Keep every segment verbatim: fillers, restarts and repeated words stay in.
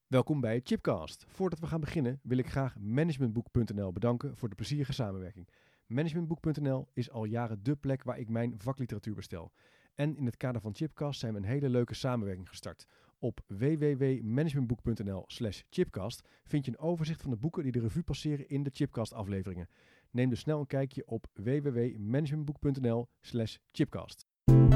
Welkom bij Chipcast. Voordat we gaan beginnen wil ik graag managementboek punt n l bedanken voor de plezierige samenwerking. managementboek punt n l is al jaren dé plek waar ik mijn vakliteratuur bestel. En in het kader van Chipcast zijn we een hele leuke samenwerking gestart. Op w w w punt managementboek punt n l slash chipcast vind je een overzicht van de boeken die de revue passeren in de Chipcast afleveringen. Neem dus snel een kijkje op w w w punt managementboek punt n l slash chipcast.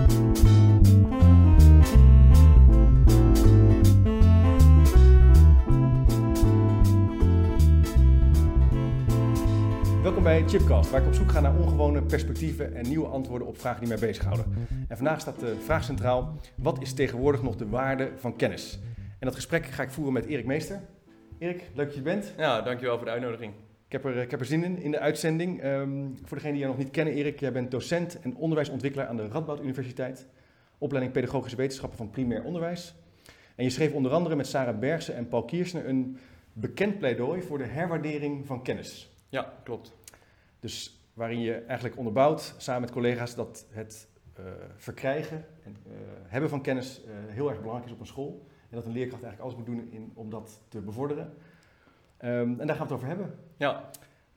Welkom bij Chipcast, waar ik op zoek ga naar ongewone perspectieven en nieuwe antwoorden op vragen die mij bezighouden. En vandaag staat de vraag centraal: wat is tegenwoordig nog de waarde van kennis? En dat gesprek ga ik voeren met Erik Meester. Erik, leuk dat je er bent. Ja, dankjewel voor de uitnodiging. Ik heb er, ik heb er zin in, in de uitzending. Um, voor degenen die jou nog niet kennen, Erik, jij bent docent en onderwijsontwikkelaar aan de Radboud Universiteit. Opleiding Pedagogische Wetenschappen van Primair Onderwijs. En je schreef onder andere met Sarah Bergsen en Paul Kiersner een bekend pleidooi voor de herwaardering van kennis. Ja, klopt. Dus waarin je eigenlijk onderbouwt, samen met collega's, dat het uh, verkrijgen en uh, hebben van kennis uh, heel erg belangrijk is op een school. En dat een leerkracht eigenlijk alles moet doen in, om dat te bevorderen. Um, en daar gaan we het over hebben. Ja.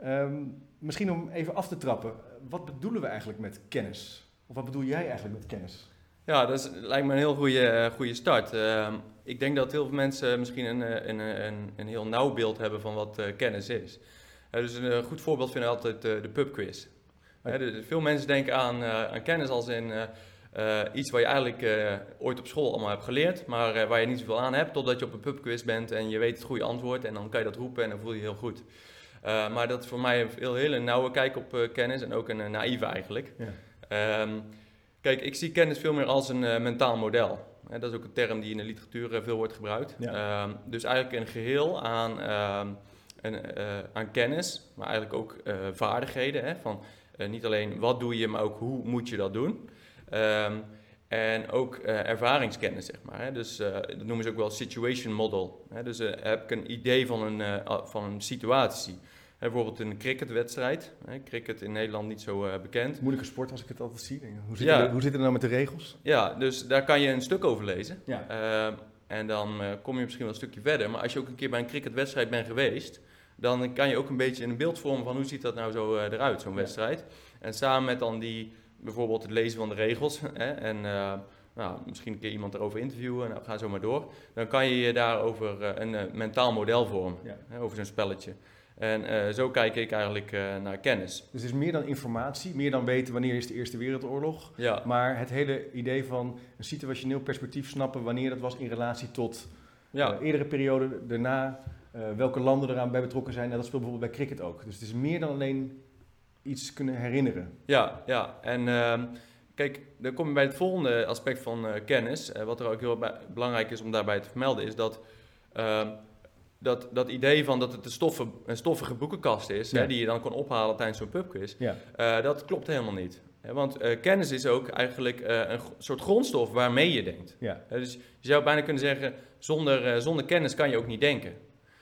Um, misschien om even af te trappen, wat bedoelen we eigenlijk met kennis? Of wat bedoel jij eigenlijk met kennis? Ja, dat is, lijkt me een heel goede, goede start. Uh, ik denk dat heel veel mensen misschien een, een, een, een heel nauw beeld hebben van wat uh, kennis is. Uh, dus een goed voorbeeld vind ik altijd uh, de pubquiz. Uh, de, veel mensen denken aan, uh, aan kennis als in uh, uh, iets wat je eigenlijk uh, ooit op school allemaal hebt geleerd, maar uh, waar je niet zoveel aan hebt, totdat je op een pubquiz bent en je weet het goede antwoord en dan kan je dat roepen en dan voel je je heel goed. Uh, maar dat is voor mij een heel, hele nauwe kijk op uh, kennis en ook een uh, naïeve eigenlijk. Ja. Um, kijk, ik zie kennis veel meer als een uh, mentaal model. Uh, dat is ook een term die in de literatuur uh, veel wordt gebruikt. Ja. Um, dus eigenlijk een geheel aan... Um, En, uh, aan kennis, maar eigenlijk ook uh, vaardigheden. Hè, van, uh, niet alleen wat doe je, maar ook hoe moet je dat doen. Um, en ook uh, ervaringskennis, zeg maar. Hè. Dus uh, dat noemen ze ook wel situation model. Hè. Dus uh, heb ik een idee van een, uh, van een situatie. Hè, bijvoorbeeld een cricketwedstrijd. Hè. Cricket in Nederland niet zo uh, bekend. Moeilijke sport als ik het altijd zie. Hoe zit, ja. het, hoe zit het nou met de regels? Ja, dus daar kan je een stuk over lezen. Ja. Uh, en dan uh, kom je misschien wel een stukje verder. Maar als je ook een keer bij een cricketwedstrijd bent geweest, dan kan je ook een beetje een beeld vormen van hoe ziet dat nou zo uh, eruit, zo'n ja. wedstrijd. En samen met dan die, bijvoorbeeld het lezen van de regels, hè, en uh, nou, misschien een keer iemand erover interviewen, nou, ga zo maar door. Dan kan je je daarover uh, een uh, mentaal model vormen, ja. hè, over zo'n spelletje. En uh, zo kijk ik eigenlijk uh, naar kennis. Dus het is meer dan informatie, meer dan weten wanneer is de Eerste Wereldoorlog. Ja. Maar het hele idee van een situationeel perspectief snappen wanneer dat was in relatie tot ja. uh, eerdere periode, daarna... Uh, welke landen eraan bij betrokken zijn. En dat speelt bijvoorbeeld bij cricket ook. Dus het is meer dan alleen iets kunnen herinneren. Ja, ja. En uh, kijk, dan kom je bij het volgende aspect van uh, kennis. Uh, wat er ook heel bij, belangrijk is om daarbij te vermelden, is dat uh, dat, dat idee van dat het een, stoffen, een stoffige boekenkast is, ja. hè, die je dan kan ophalen tijdens zo'n pubquiz, ja. uh, dat klopt helemaal niet. Hè, want uh, kennis is ook eigenlijk uh, een g- soort grondstof waarmee je denkt. Ja. Uh, dus je zou bijna kunnen zeggen, zonder, uh, zonder kennis kan je ook niet denken.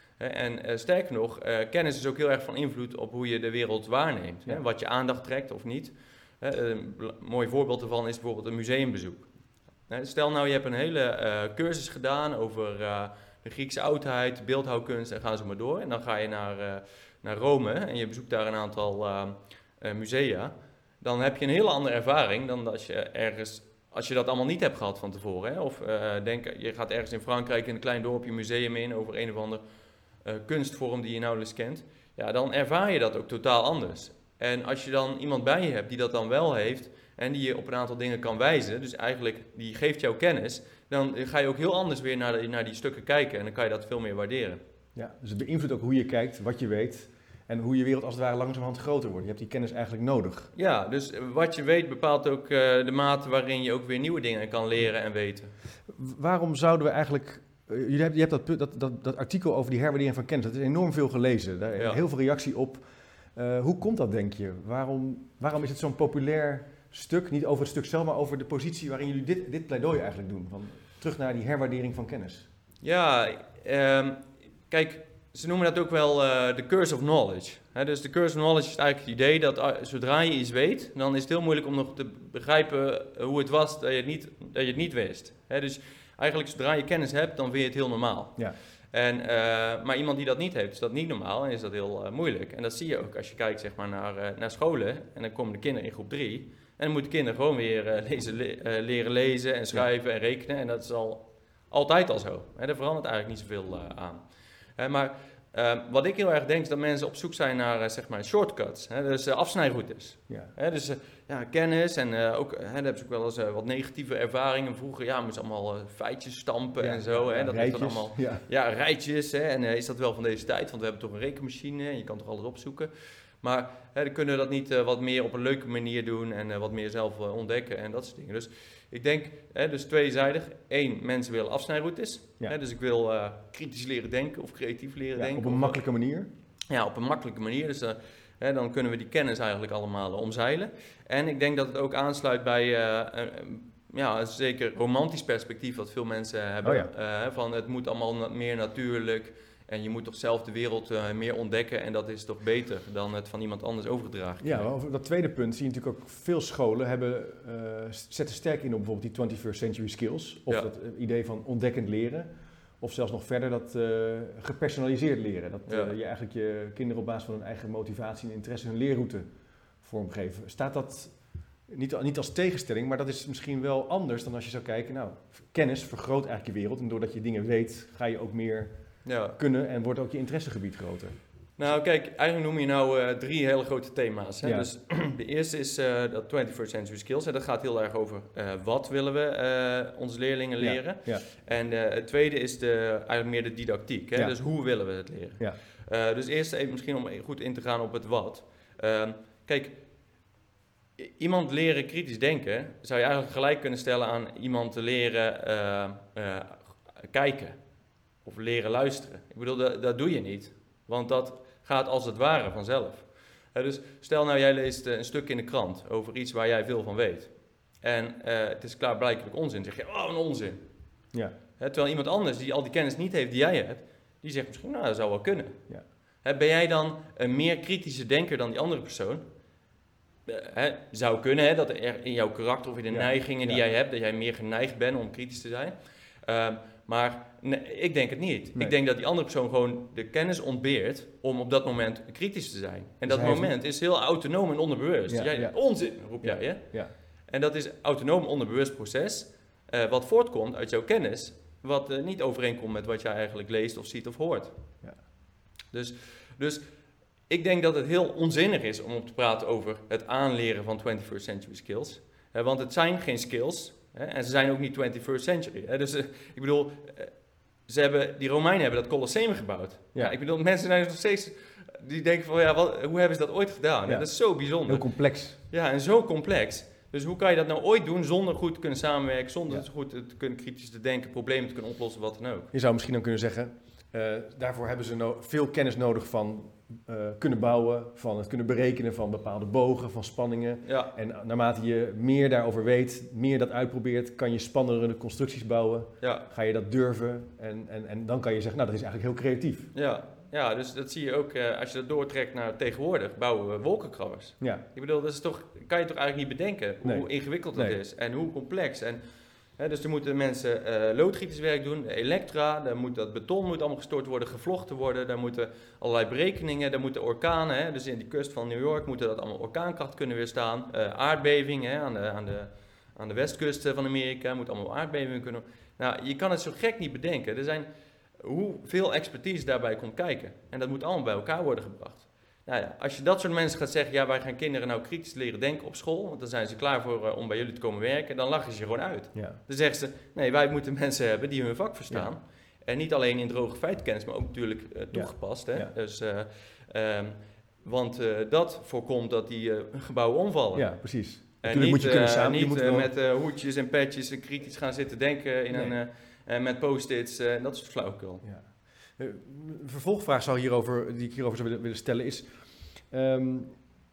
En uh, sterker nog, uh, kennis is ook heel erg van invloed op hoe je de wereld waarneemt. Ja. Hè, wat je aandacht trekt of niet. Uh, een bl- mooi voorbeeld daarvan is bijvoorbeeld een museumbezoek. Uh, stel nou, je hebt een hele uh, cursus gedaan over uh, de Griekse oudheid, beeldhouwkunst en ga zo maar door. En dan ga je naar, uh, naar Rome en je bezoekt daar een aantal uh, uh, musea. Dan heb je een hele andere ervaring dan als je ergens... Als je dat allemaal niet hebt gehad van tevoren. Hè? Of uh, denk, je gaat ergens in Frankrijk in een klein dorpje museum in over een of ander uh, kunstvorm die je nauwelijks kent. Ja, dan ervaar je dat ook totaal anders. En als je dan iemand bij je hebt die dat dan wel heeft en die je op een aantal dingen kan wijzen, dus eigenlijk die geeft jou kennis, dan ga je ook heel anders weer naar, de, naar die stukken kijken en dan kan je dat veel meer waarderen. Ja, dus het beïnvloedt ook hoe je kijkt, wat je weet en hoe je wereld als het ware langzamerhand groter wordt. Je hebt die kennis eigenlijk nodig. Ja, dus wat je weet bepaalt ook uh, de mate waarin je ook weer nieuwe dingen kan leren en weten. Waarom zouden we eigenlijk... Uh, je hebt, je hebt dat, dat, dat, dat artikel over die herwaardering van kennis, dat is enorm veel gelezen. Daar is ja. heel veel reactie op. Uh, hoe komt dat, denk je? Waarom, waarom is het zo'n populair stuk? Niet over het stuk zelf, maar over de positie waarin jullie dit, dit pleidooi eigenlijk doen. Van terug naar die herwaardering van kennis. Ja, um, kijk... Ze noemen dat ook wel uh, de curse of knowledge. He, dus de curse of knowledge is eigenlijk het idee dat uh, zodra je iets weet, dan is het heel moeilijk om nog te begrijpen uh, hoe het was dat je het niet, dat je het niet wist. He, dus eigenlijk zodra je kennis hebt, dan vind je het heel normaal. Ja. En, uh, maar iemand die dat niet heeft, is dat niet normaal en is dat heel uh, moeilijk. En dat zie je ook als je kijkt zeg maar, naar, uh, naar scholen. En dan komen de kinderen in groep drie. En dan moeten kinderen gewoon weer uh, lezen, le- uh, leren lezen en schrijven ja. en rekenen. En dat is al altijd al zo. Hè, daar verandert eigenlijk niet zoveel uh, aan. Uh, maar uh, wat ik heel erg denk is dat mensen op zoek zijn naar uh, zeg maar shortcuts. Hè, dus uh, afsnijroutes. Ja. Hè, dus uh, ja, kennis en uh, ook, hè, daar hebben ze ook wel eens uh, wat negatieve ervaringen. Vroeger ja, moesten allemaal uh, feitjes stampen ja, en zo. Ja, hè, dat rijtjes. Dan allemaal, ja. ja, rijtjes. Hè, en uh, is dat wel van deze tijd? Want we hebben toch een rekenmachine en je kan toch alles opzoeken. Maar hè, dan kunnen we dat niet uh, wat meer op een leuke manier doen en uh, wat meer zelf uh, ontdekken en dat soort dingen. Dus ik denk, hè, dus tweezijdig. Eén, mensen willen afsnijroutes. Ja. Hè, dus ik wil uh, kritisch leren denken of creatief leren ja, denken. Op een of, makkelijke manier? Ja, op een makkelijke manier. Dus uh, hè, dan kunnen we die kennis eigenlijk allemaal uh, omzeilen. En ik denk dat het ook aansluit bij uh, uh, ja, een zeker romantisch perspectief wat veel mensen hebben. Oh ja. uh, van het moet allemaal na- meer natuurlijk. En je moet toch zelf de wereld uh, meer ontdekken en dat is toch beter dan het van iemand anders overgedragen. Ja, over dat tweede punt zie je natuurlijk ook veel scholen hebben, uh, zetten sterk in op bijvoorbeeld die twenty-first century skills. Of ja. dat uh, idee van ontdekkend leren. Of zelfs nog verder dat uh, gepersonaliseerd leren. Dat uh, ja. je eigenlijk je kinderen op basis van hun eigen motivatie en interesse hun leerroute vormgeven. Staat dat niet, niet als tegenstelling, maar dat is misschien wel anders dan als je zou kijken. Nou, kennis vergroot eigenlijk je wereld en doordat je dingen weet ga je ook meer... Ja. kunnen en wordt ook je interessegebied groter. Nou kijk, eigenlijk noem je nou uh, drie hele grote thema's. Hè? Ja. Dus de eerste is uh, dat twenty-first century skills. Hè? Dat gaat heel erg over uh, wat willen we uh, onze leerlingen leren. Ja. Ja. En uh, het tweede is de, eigenlijk meer de didactiek. Hè? Ja. Dus hoe willen we het leren. Ja. Uh, dus eerst even misschien om goed in te gaan op het wat. Uh, kijk, iemand leren kritisch denken zou je eigenlijk gelijk kunnen stellen aan iemand te leren uh, uh, kijken. Of leren luisteren. Ik bedoel, dat, dat doe je niet. Want dat gaat als het ware vanzelf. Uh, dus stel nou, jij leest uh, een stuk in de krant over iets waar jij veel van weet. En uh, het is klaarblijkelijk onzin. Dan zeg je, oh, een onzin. Ja. Uh, terwijl iemand anders die al die kennis niet heeft die jij hebt, die zegt misschien, nou, dat zou wel kunnen. Ja. Uh, ben jij dan een meer kritische denker dan die andere persoon? Uh, hè, zou kunnen, hè, dat er in jouw karakter of in de ja. neigingen die ja. jij hebt, dat jij meer geneigd bent om kritisch te zijn. Uh, Maar nee, ik denk het niet. Nee. Ik denk dat die andere persoon gewoon de kennis ontbeert om op dat moment kritisch te zijn. En dus dat moment is heel autonoom en onderbewust. Ja, jij, ja. Onzin, roep jij. Ja. Ja. En dat is autonoom onderbewust proces uh, wat voortkomt uit jouw kennis, wat uh, niet overeenkomt met wat jij eigenlijk leest of ziet of hoort. Ja. Dus, dus ik denk dat het heel onzinnig is om op te praten over het aanleren van twenty-first century skills. Uh, want het zijn geen skills. Hè? En ze zijn ook niet twenty-first century. Hè? Dus uh, ik bedoel, uh, ze hebben, die Romeinen hebben dat Colosseum gebouwd. Ja. Ja, ik bedoel, mensen zijn nog steeds, die denken van, ja, wat, hoe hebben ze dat ooit gedaan? Ja. Ja, dat is zo bijzonder. Heel complex. Ja, en zo complex. Dus hoe kan je dat nou ooit doen zonder goed te kunnen samenwerken, zonder ja. goed te kunnen kritisch te denken, problemen te kunnen oplossen, wat dan ook? Je zou misschien dan kunnen zeggen, uh, daarvoor hebben ze no- veel kennis nodig van uh, kunnen bouwen, van het kunnen berekenen van bepaalde bogen, van spanningen. Ja. En naarmate je meer daarover weet, meer dat uitprobeert, kan je spannendere constructies bouwen. Ja. Ga je dat durven en, en, en dan kan je zeggen, nou dat is eigenlijk heel creatief. Ja. Ja, dus dat zie je ook uh, als je dat doortrekt naar tegenwoordig, bouwen we wolkenkrabbers. Ja. Ik bedoel, dat is toch, kan je toch eigenlijk niet bedenken hoe nee. ingewikkeld dat nee. is en hoe complex. En, hè, dus er moeten mensen uh, loodgieterswerk doen, elektra, daar moet dat beton moet allemaal gestort worden, gevlochten worden, daar moeten allerlei berekeningen, daar moeten orkanen, hè, dus in die kust van New York moeten dat allemaal orkaankracht kunnen weerstaan. Uh, aardbevingen hè, aan, de, aan, de, aan de westkust van Amerika moet allemaal aardbevingen kunnen. Nou, je kan het zo gek niet bedenken. Er zijn hoeveel expertise daarbij komt kijken. En dat moet allemaal bij elkaar worden gebracht. Nou ja, als je dat soort mensen gaat zeggen, ja, wij gaan kinderen nou kritisch leren denken op school, want dan zijn ze klaar voor uh, om bij jullie te komen werken, dan lachen ze je gewoon uit. Ja. Dan zeggen ze, nee, wij moeten mensen hebben die hun vak verstaan. Ja. En niet alleen in droge feitenkennis, maar ook natuurlijk uh, toegepast. Ja. Hè? Ja. Dus, uh, um, want uh, dat voorkomt dat die uh, gebouwen omvallen. Ja, precies. En niet, moet je kunnen samen, uh, niet je uh, met uh, hoedjes en petjes en kritisch gaan zitten denken in nee. een... Uh, En met post-its, uh, dat is flauwekul. Ja. Een vervolgvraag zou hierover, die ik hierover zou willen, willen stellen is... Um,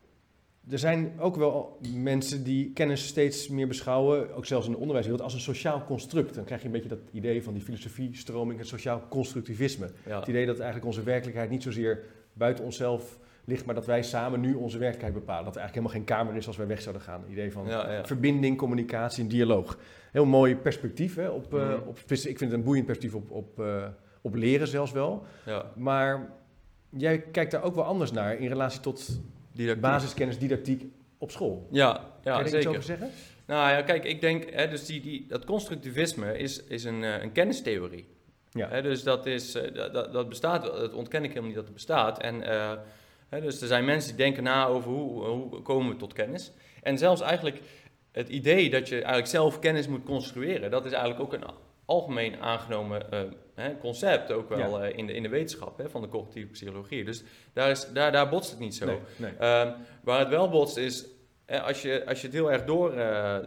er zijn ook wel mensen die kennis steeds meer beschouwen, ook zelfs in de onderwijswereld, als een sociaal construct. Dan krijg je een beetje dat idee van die filosofie-stroming, het sociaal constructivisme. Ja. Het idee dat eigenlijk onze werkelijkheid niet zozeer buiten onszelf ligt, maar dat wij samen nu onze werkelijkheid bepalen. Dat er eigenlijk helemaal geen kamer is als wij weg zouden gaan. Het idee van ja, ja. verbinding, communicatie en dialoog. Heel mooi perspectief. Hè, op, uh, mm. op, ik vind het een boeiend perspectief op, op, uh, op leren zelfs wel. Ja. Maar jij kijkt daar ook wel anders naar in relatie tot Didactiek. basiskennis, didactiek op school. Ja, Kan ja je er zeker. iets over zeggen? Nou ja, kijk, ik denk, hè, dus die, die, dat constructivisme is, is een, uh, een kennistheorie. Ja. Hè, dus dat, is, uh, dat, dat bestaat, dat ontken ik helemaal niet dat het bestaat. En, uh, hè, dus er zijn mensen die denken na over hoe, hoe komen we tot kennis. En zelfs eigenlijk het idee dat je eigenlijk zelf kennis moet construeren, dat is eigenlijk ook een algemeen aangenomen uh, hè, concept, ook wel ja. uh, in, de, in de wetenschap hè, van de cognitieve psychologie. Dus daar, is, daar, daar botst het niet zo. Nee, nee. Uh, waar het wel botst is, hè, als, je, als je het heel erg door, uh,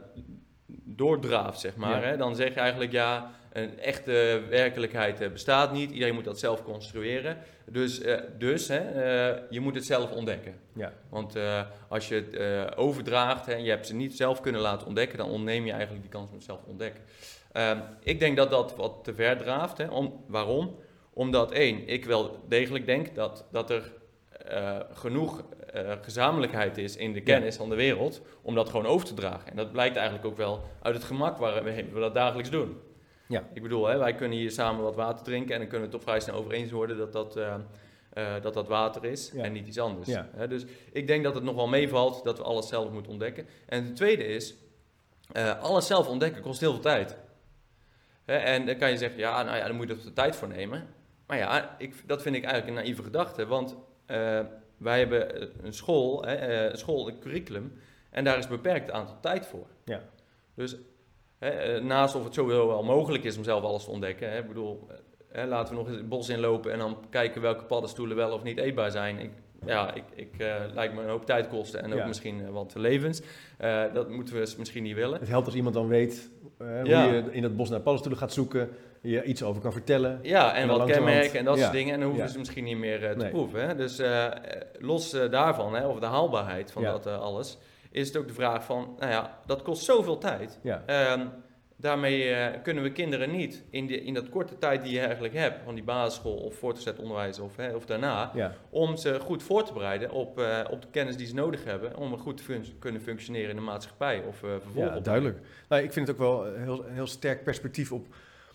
doordraaft, zeg maar, ja. hè, dan zeg je eigenlijk ja, een echte werkelijkheid uh, bestaat niet. Iedereen moet dat zelf construeren. Dus, uh, dus hè, uh, je moet het zelf ontdekken. Ja. Want uh, als je het uh, overdraagt en je hebt ze niet zelf kunnen laten ontdekken, dan ontneem je eigenlijk die kans om het zelf te ontdekken. Uh, ik denk dat dat wat te ver draaft. Hè. Om, waarom? Omdat één, ik wel degelijk denk dat, dat er uh, genoeg uh, gezamenlijkheid is in de kennis ja. van de wereld om dat gewoon over te dragen. En dat blijkt eigenlijk ook wel uit het gemak waar we, we dat dagelijks doen. Ja. Ik bedoel, hè, wij kunnen hier samen wat water drinken en dan kunnen we het toch vrij snel over eens worden dat dat, uh, uh, dat, dat water is ja. en niet iets anders. Ja. Hè, dus ik denk dat het nog wel meevalt dat we alles zelf moeten ontdekken. En het tweede is, uh, alles zelf ontdekken kost heel veel tijd. Hè, en dan kan je zeggen, ja, nou ja, daar moet je de tijd voor nemen. Maar ja, ik, dat vind ik eigenlijk een naïeve gedachte, want uh, wij hebben een school, hè, een school, een curriculum, en daar is een beperkt aantal tijd voor. Ja. Dus He, naast of het sowieso wel mogelijk is om zelf alles te ontdekken. He, ik bedoel, he, laten we nog eens het bos inlopen en dan kijken welke paddenstoelen wel of niet eetbaar zijn. Ik, ja, ik, ik uh, lijkt me een hoop tijd kosten en ook ja. misschien uh, wat levens. Uh, dat moeten we misschien niet willen. Het helpt als iemand dan weet uh, hoe ja. je in het bos naar paddenstoelen gaat zoeken, je iets over kan vertellen. Ja, en, en wat kenmerken en dat ja. soort dingen. En dan hoeven ja. ze misschien niet meer uh, te nee. proeven. Hè. Dus uh, los uh, daarvan, hè, over de haalbaarheid van ja. dat uh, alles, is het ook de vraag van, nou ja, dat kost zoveel tijd. Ja. Um, Daarmee uh, kunnen we kinderen niet in, de, in dat korte tijd die je eigenlijk hebt, van die basisschool of voortgezet onderwijs of, hè, of daarna, ja. om ze goed voor te bereiden op, uh, op de kennis die ze nodig hebben, om goed te fun- kunnen functioneren in de maatschappij of uh, vervolgens. Ja, duidelijk. Nou, ik vind het ook wel een heel, heel sterk perspectief op.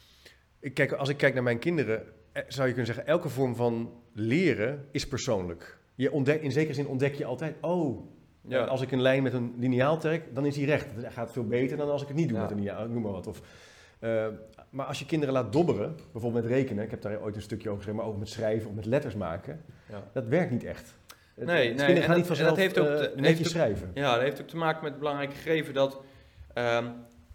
Ik kijk, als ik kijk naar mijn kinderen, zou je kunnen zeggen, elke vorm van leren is persoonlijk. Je ontdek, in zekere zin ontdek je altijd, oh, ja. als ik een lijn met een liniaal trek, dan is die recht. Dat gaat veel beter dan als ik het niet doe ja. met een liniaal, noem maar wat. Of, uh, maar als je kinderen laat dobberen, bijvoorbeeld met rekenen, ik heb daar ooit een stukje over geschreven, maar ook met schrijven of met letters maken, ja. dat werkt niet echt. Nee, het, nee. kinderen gaan niet dat, vanzelf dat heeft ook te, uh, netjes heeft schrijven. Ook, ja, dat heeft ook te maken met het belangrijke gegeven dat um,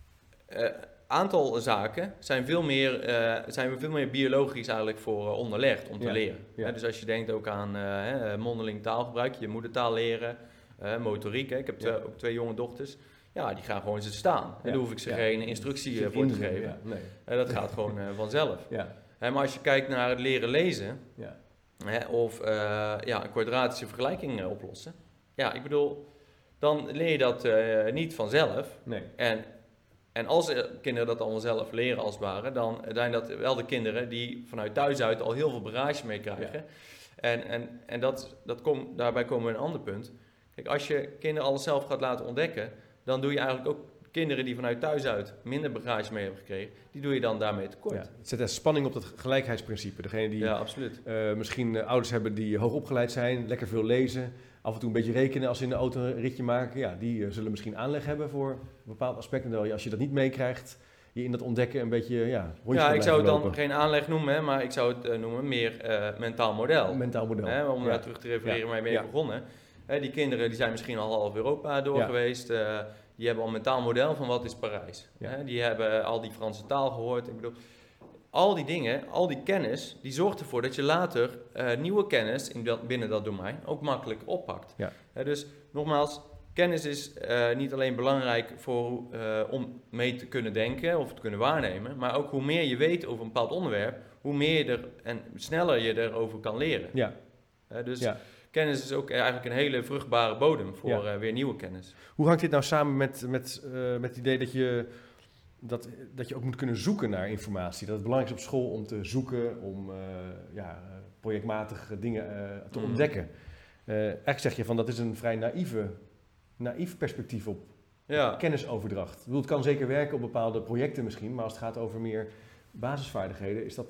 uh, aantal zaken zijn veel meer, uh, zijn veel meer biologisch eigenlijk voor uh, onderlegd om te ja. leren. Ja. Hè, dus als je denkt ook aan uh, mondeling taalgebruik, je moedertaal leren, uh, motoriek. Hè. Ik heb ja. t- ook twee jonge dochters. Ja, die gaan gewoon ze staan. Ja. En daar hoef ik ze ja. geen instructie uh, voor te geven. Ja. Nee. Uh, dat gaat gewoon uh, vanzelf. Ja. Hè, maar als je kijkt naar het leren lezen, ja. hè, of uh, ja, een kwadratische vergelijking uh, oplossen. Ja, ik bedoel, dan leer je dat uh, niet vanzelf. Nee. En En als kinderen dat allemaal zelf leren als het ware, dan zijn dat wel de kinderen die vanuit thuis uit al heel veel bagage meekrijgen. Ja. En, en, en dat, dat kom, daarbij komen we een ander punt. Kijk, als je kinderen alles zelf gaat laten ontdekken, dan doe je eigenlijk ook kinderen die vanuit thuis uit minder bagage mee hebben gekregen, die doe je dan daarmee tekort. Ja, het zet een spanning op dat gelijkheidsprincipe. Degene die ja, absoluut. Uh, misschien uh, ouders hebben die hoog opgeleid zijn, lekker veel lezen, af en toe een beetje rekenen als ze in de auto een ritje maken. Ja, die uh, zullen misschien aanleg hebben voor bepaalde aspecten. En als je dat niet meekrijgt, je in dat ontdekken een beetje ja, rondje Ja, ik zou het dan lopen. geen aanleg noemen, hè, maar ik zou het uh, noemen meer uh, mentaal model. Mentaal model. Hè, om ja. daar terug te refereren ja. waar je mee ja. begonnen. Hè, die kinderen die zijn misschien al half Europa door ja. geweest. Uh, die hebben al een mentaal model van wat is Parijs. Ja. Hè, die hebben al die Franse taal gehoord. Ik bedoel, al die dingen, al die kennis, die zorgt ervoor dat je later uh, nieuwe kennis in dat, binnen dat domein ook makkelijk oppakt. Ja. Hè, dus nogmaals, kennis is uh, niet alleen belangrijk voor, uh, om mee te kunnen denken of te kunnen waarnemen, maar ook hoe meer je weet over een bepaald onderwerp, hoe meer je er en sneller je erover kan leren. Ja. Uh, dus ja. kennis is ook eigenlijk een hele vruchtbare bodem voor ja. uh, weer nieuwe kennis. Hoe hangt dit nou samen met, met, uh, met het idee dat je, dat, dat je ook moet kunnen zoeken naar informatie? Dat het belangrijk is op school om te zoeken, om uh, ja, projectmatige dingen uh, te mm. ontdekken. Uh, eigenlijk zeg je van dat is een vrij naïeve... naïef perspectief op ja. kennisoverdracht. Ik bedoel, het kan zeker werken op bepaalde projecten misschien, maar als het gaat over meer basisvaardigheden, is dat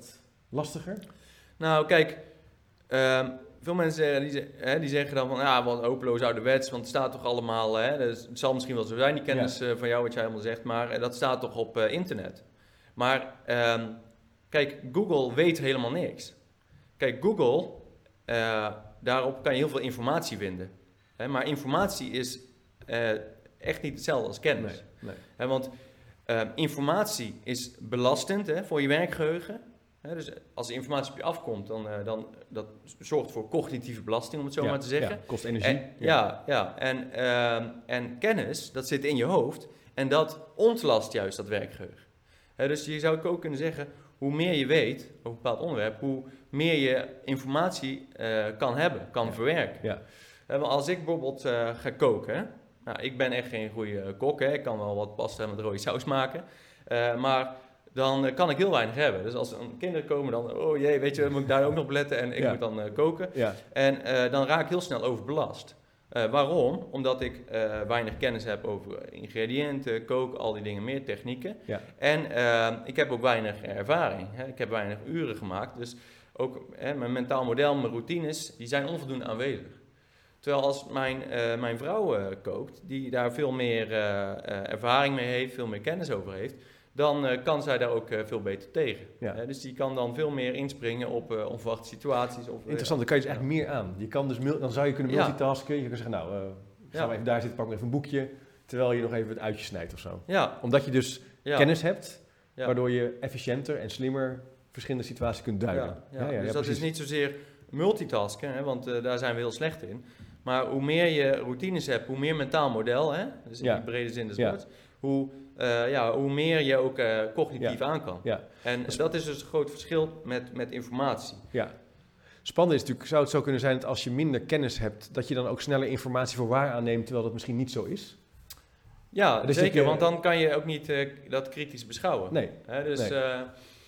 Lastiger? Nou, kijk, um, veel mensen zeggen, die, hè, die zeggen dan van, ja, wat hopeloos ouderwets, want het staat toch allemaal, hè, dus het zal misschien wel zo zijn, die kennis ja. uh, van jou, wat jij allemaal zegt, maar uh, dat staat toch op uh, internet. Maar, um, kijk, Google weet helemaal niks. Kijk, Google, uh, daarop kan je heel veel informatie vinden. Hè, maar informatie is uh, echt niet hetzelfde als kennis. Nee, nee. Hè, want uh, informatie is belastend, hè, voor je werkgeheugen. He, dus als de informatie op je afkomt, dan, uh, dan dat zorgt voor cognitieve belasting, om het zo ja, maar te zeggen. Ja, kost energie. En, ja, ja, ja. En, uh, en kennis, dat zit in je hoofd en dat ontlast juist dat werkgeheugen. He, dus je zou ook kunnen zeggen, hoe meer je weet over een bepaald onderwerp, hoe meer je informatie uh, kan hebben, kan ja. verwerken. Ja. He, als ik bijvoorbeeld uh, ga koken, hè? Nou, ik ben echt geen goede kok, hè? Ik kan wel wat pasta met rode saus maken, uh, maar... dan uh, kan ik heel weinig hebben. Dus als er kinderen komen, dan, oh jee, weet je, moet ik daar ook nog op letten en ik ja. moet dan uh, koken. Ja. En uh, dan raak ik heel snel overbelast. Uh, waarom? Omdat ik uh, weinig kennis heb over ingrediënten, koken, al die dingen meer, technieken. Ja. En uh, ik heb ook weinig ervaring. Hè. Ik heb weinig uren gemaakt. Dus ook hè, mijn mentaal model, mijn routines, die zijn onvoldoende aanwezig. Terwijl als mijn, uh, mijn vrouw uh, kookt, die daar veel meer uh, uh, ervaring mee heeft, veel meer kennis over heeft, dan uh, kan zij daar ook uh, veel beter tegen. Ja. Uh, dus die kan dan veel meer inspringen op uh, onverwachte situaties. Of, Interessant, dan kan je dus echt ja. meer aan. Je kan dus, dan zou je kunnen multitasken. Je kan zeggen, nou, uh, gaan we even daar zitten, pak nog even een boekje, terwijl je nog even het uitje snijdt of zo. Ja. Omdat je dus ja. kennis hebt, ja. waardoor je efficiënter en slimmer verschillende situaties kunt duiden. Ja. Ja. Ja, ja, dus ja, dat precies. is niet zozeer multitasken, hè, want uh, daar zijn we heel slecht in. Maar hoe meer je routines hebt, hoe meer mentaal model, hè, dus in ja. die brede zin des woords, ja. hoe... Uh, ja, hoe meer je ook uh, cognitief ja. aan kan. Ja. En dus dat is dus een groot verschil met, met informatie. Ja. Spannend is natuurlijk, zou het zo kunnen zijn dat als je minder kennis hebt, dat je dan ook sneller informatie voor waar aanneemt, terwijl dat misschien niet zo is? Ja, dus zeker, je, want dan kan je ook niet uh, dat kritisch beschouwen. Nee. Hè, dus, nee. Uh,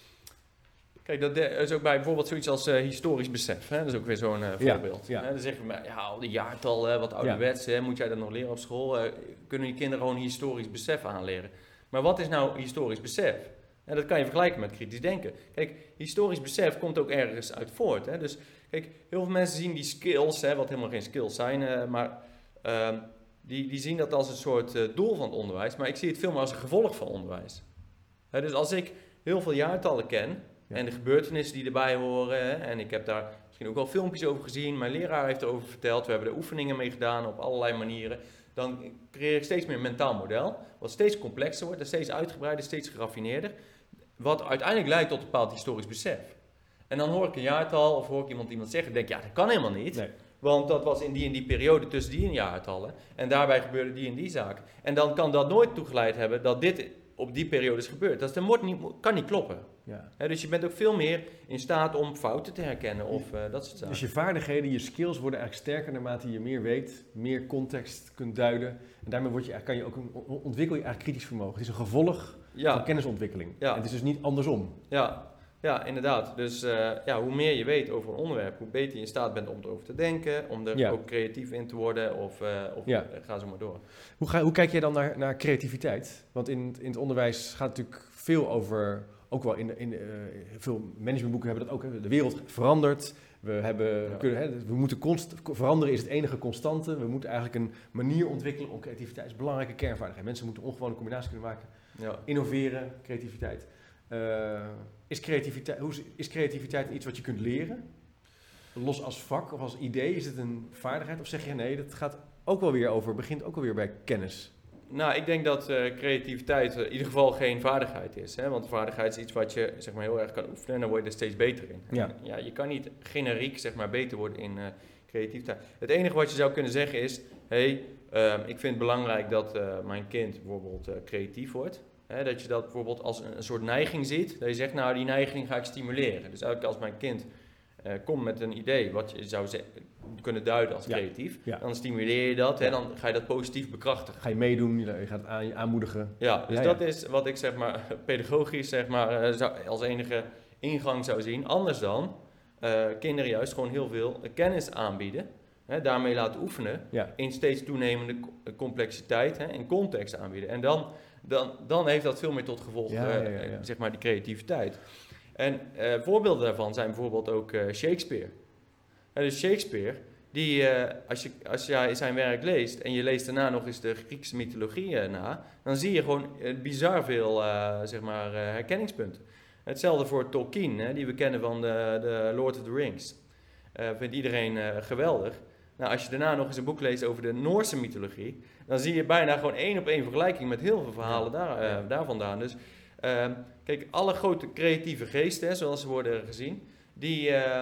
kijk, dat is ook bij bijvoorbeeld zoiets als uh, historisch besef. Hè? Dat is ook weer zo'n uh, voorbeeld. Ja, ja. Hè, dan zeggen we, ja, al die jaartallen, wat ouderwets, ja. moet jij dat nog leren op school? Uh, kunnen die kinderen gewoon historisch besef aanleren? Maar wat is nou historisch besef? En dat kan je vergelijken met kritisch denken. Kijk, historisch besef komt ook ergens uit voort. Hè? Dus kijk, heel veel mensen zien die skills, hè, wat helemaal geen skills zijn, uh, maar uh, die, die zien dat als een soort uh, doel van het onderwijs. Maar ik zie het veel meer als een gevolg van onderwijs. Hè, dus als ik heel veel jaartallen ken, ja. en de gebeurtenissen die erbij horen, hè, en ik heb daar misschien ook wel filmpjes over gezien, mijn leraar heeft erover verteld, we hebben er oefeningen mee gedaan op allerlei manieren, dan creëer ik steeds meer een mentaal model, wat steeds complexer wordt, en steeds uitgebreider, steeds geraffineerder, wat uiteindelijk leidt tot een bepaald historisch besef. En dan hoor ik een jaartal, of hoor ik iemand iemand zeggen, denk ja, dat kan helemaal niet, nee. want dat was in die en die periode tussen die en jaartallen, en daarbij gebeurde die en die zaak. En dan kan dat nooit toegeleid hebben dat dit op die periode is gebeurd. Dat is, niet, kan niet kloppen. Ja. He, dus je bent ook veel meer in staat om fouten te herkennen of uh, dat soort zaken. Dus je vaardigheden, je skills worden eigenlijk sterker naarmate je meer weet, meer context kunt duiden. En daarmee word je, kan je ook een, ontwikkel je eigenlijk kritisch vermogen. Het is een gevolg ja. van kennisontwikkeling. Ja. En het is dus niet andersom. Ja, ja inderdaad. Dus uh, ja, hoe meer je weet over een onderwerp, hoe beter je in staat bent om erover te denken, om er ja. ook creatief in te worden of, uh, of ja. uh, ga zo maar door. Hoe, ga, hoe kijk jij dan naar, naar creativiteit? Want in, in het onderwijs gaat het natuurlijk veel over... Ook wel in, in uh, veel managementboeken hebben dat ook. De wereld verandert. We, hebben, ja. we, kunnen, hè, we moeten const, veranderen is het enige constante. We moeten eigenlijk een manier ontwikkelen om creativiteit is een belangrijke kernvaardigheid. Mensen moeten ongewone combinaties kunnen maken. Ja. Innoveren, creativiteit. Uh, is creativiteit. Hoe is, is creativiteit iets wat je kunt leren? Los als vak of als idee? Is het een vaardigheid? Of zeg je nee, dat gaat ook wel weer over, begint ook wel weer bij kennis? Nou, ik denk dat uh, creativiteit uh, in ieder geval geen vaardigheid is. Hè? Want vaardigheid is iets wat je zeg maar, heel erg kan oefenen en dan word je er steeds beter in. Ja. En, ja, je kan niet generiek zeg maar, beter worden in uh, creativiteit. Het enige wat je zou kunnen zeggen is, hey, uh, ik vind het belangrijk dat uh, mijn kind bijvoorbeeld uh, creatief wordt. Hè? Dat je dat bijvoorbeeld als een, een soort neiging ziet. Dat je zegt, nou die neiging ga ik stimuleren. Dus eigenlijk als mijn kind uh, komt met een idee wat je zou ze- kunnen duiden als creatief, ja. Ja. dan stimuleer je dat, ja. hè, dan ga je dat positief bekrachtigen. Ga je meedoen, je gaat het aan, aanmoedigen. Ja, dus ja, dat ja. is wat ik zeg maar pedagogisch zeg maar uh, zou, als enige ingang zou zien. Anders dan uh, kinderen juist gewoon heel veel kennis aanbieden, hè, daarmee laten oefenen, ja. in steeds toenemende complexiteit hè, en context aanbieden. En dan, dan, dan heeft dat veel meer tot gevolg ja, uh, ja, ja, ja. zeg maar die creativiteit. En uh, voorbeelden daarvan zijn bijvoorbeeld ook uh, Shakespeare. Uh, dus Shakespeare, die, uh, als, je, als jij zijn werk leest en je leest daarna nog eens de Griekse mythologie uh, na, dan zie je gewoon uh, bizar veel uh, zeg maar, uh, herkenningspunten. Hetzelfde voor Tolkien, hè, die we kennen van de, de Lord of the Rings. Uh, vindt iedereen uh, geweldig. Nou, als je daarna nog eens een boek leest over de Noorse mythologie, dan zie je bijna gewoon één op één vergelijking met heel veel verhalen ja. daar, uh, ja. daar vandaan. Dus uh, kijk, alle grote creatieve geesten, hè, zoals ze worden gezien, die, uh,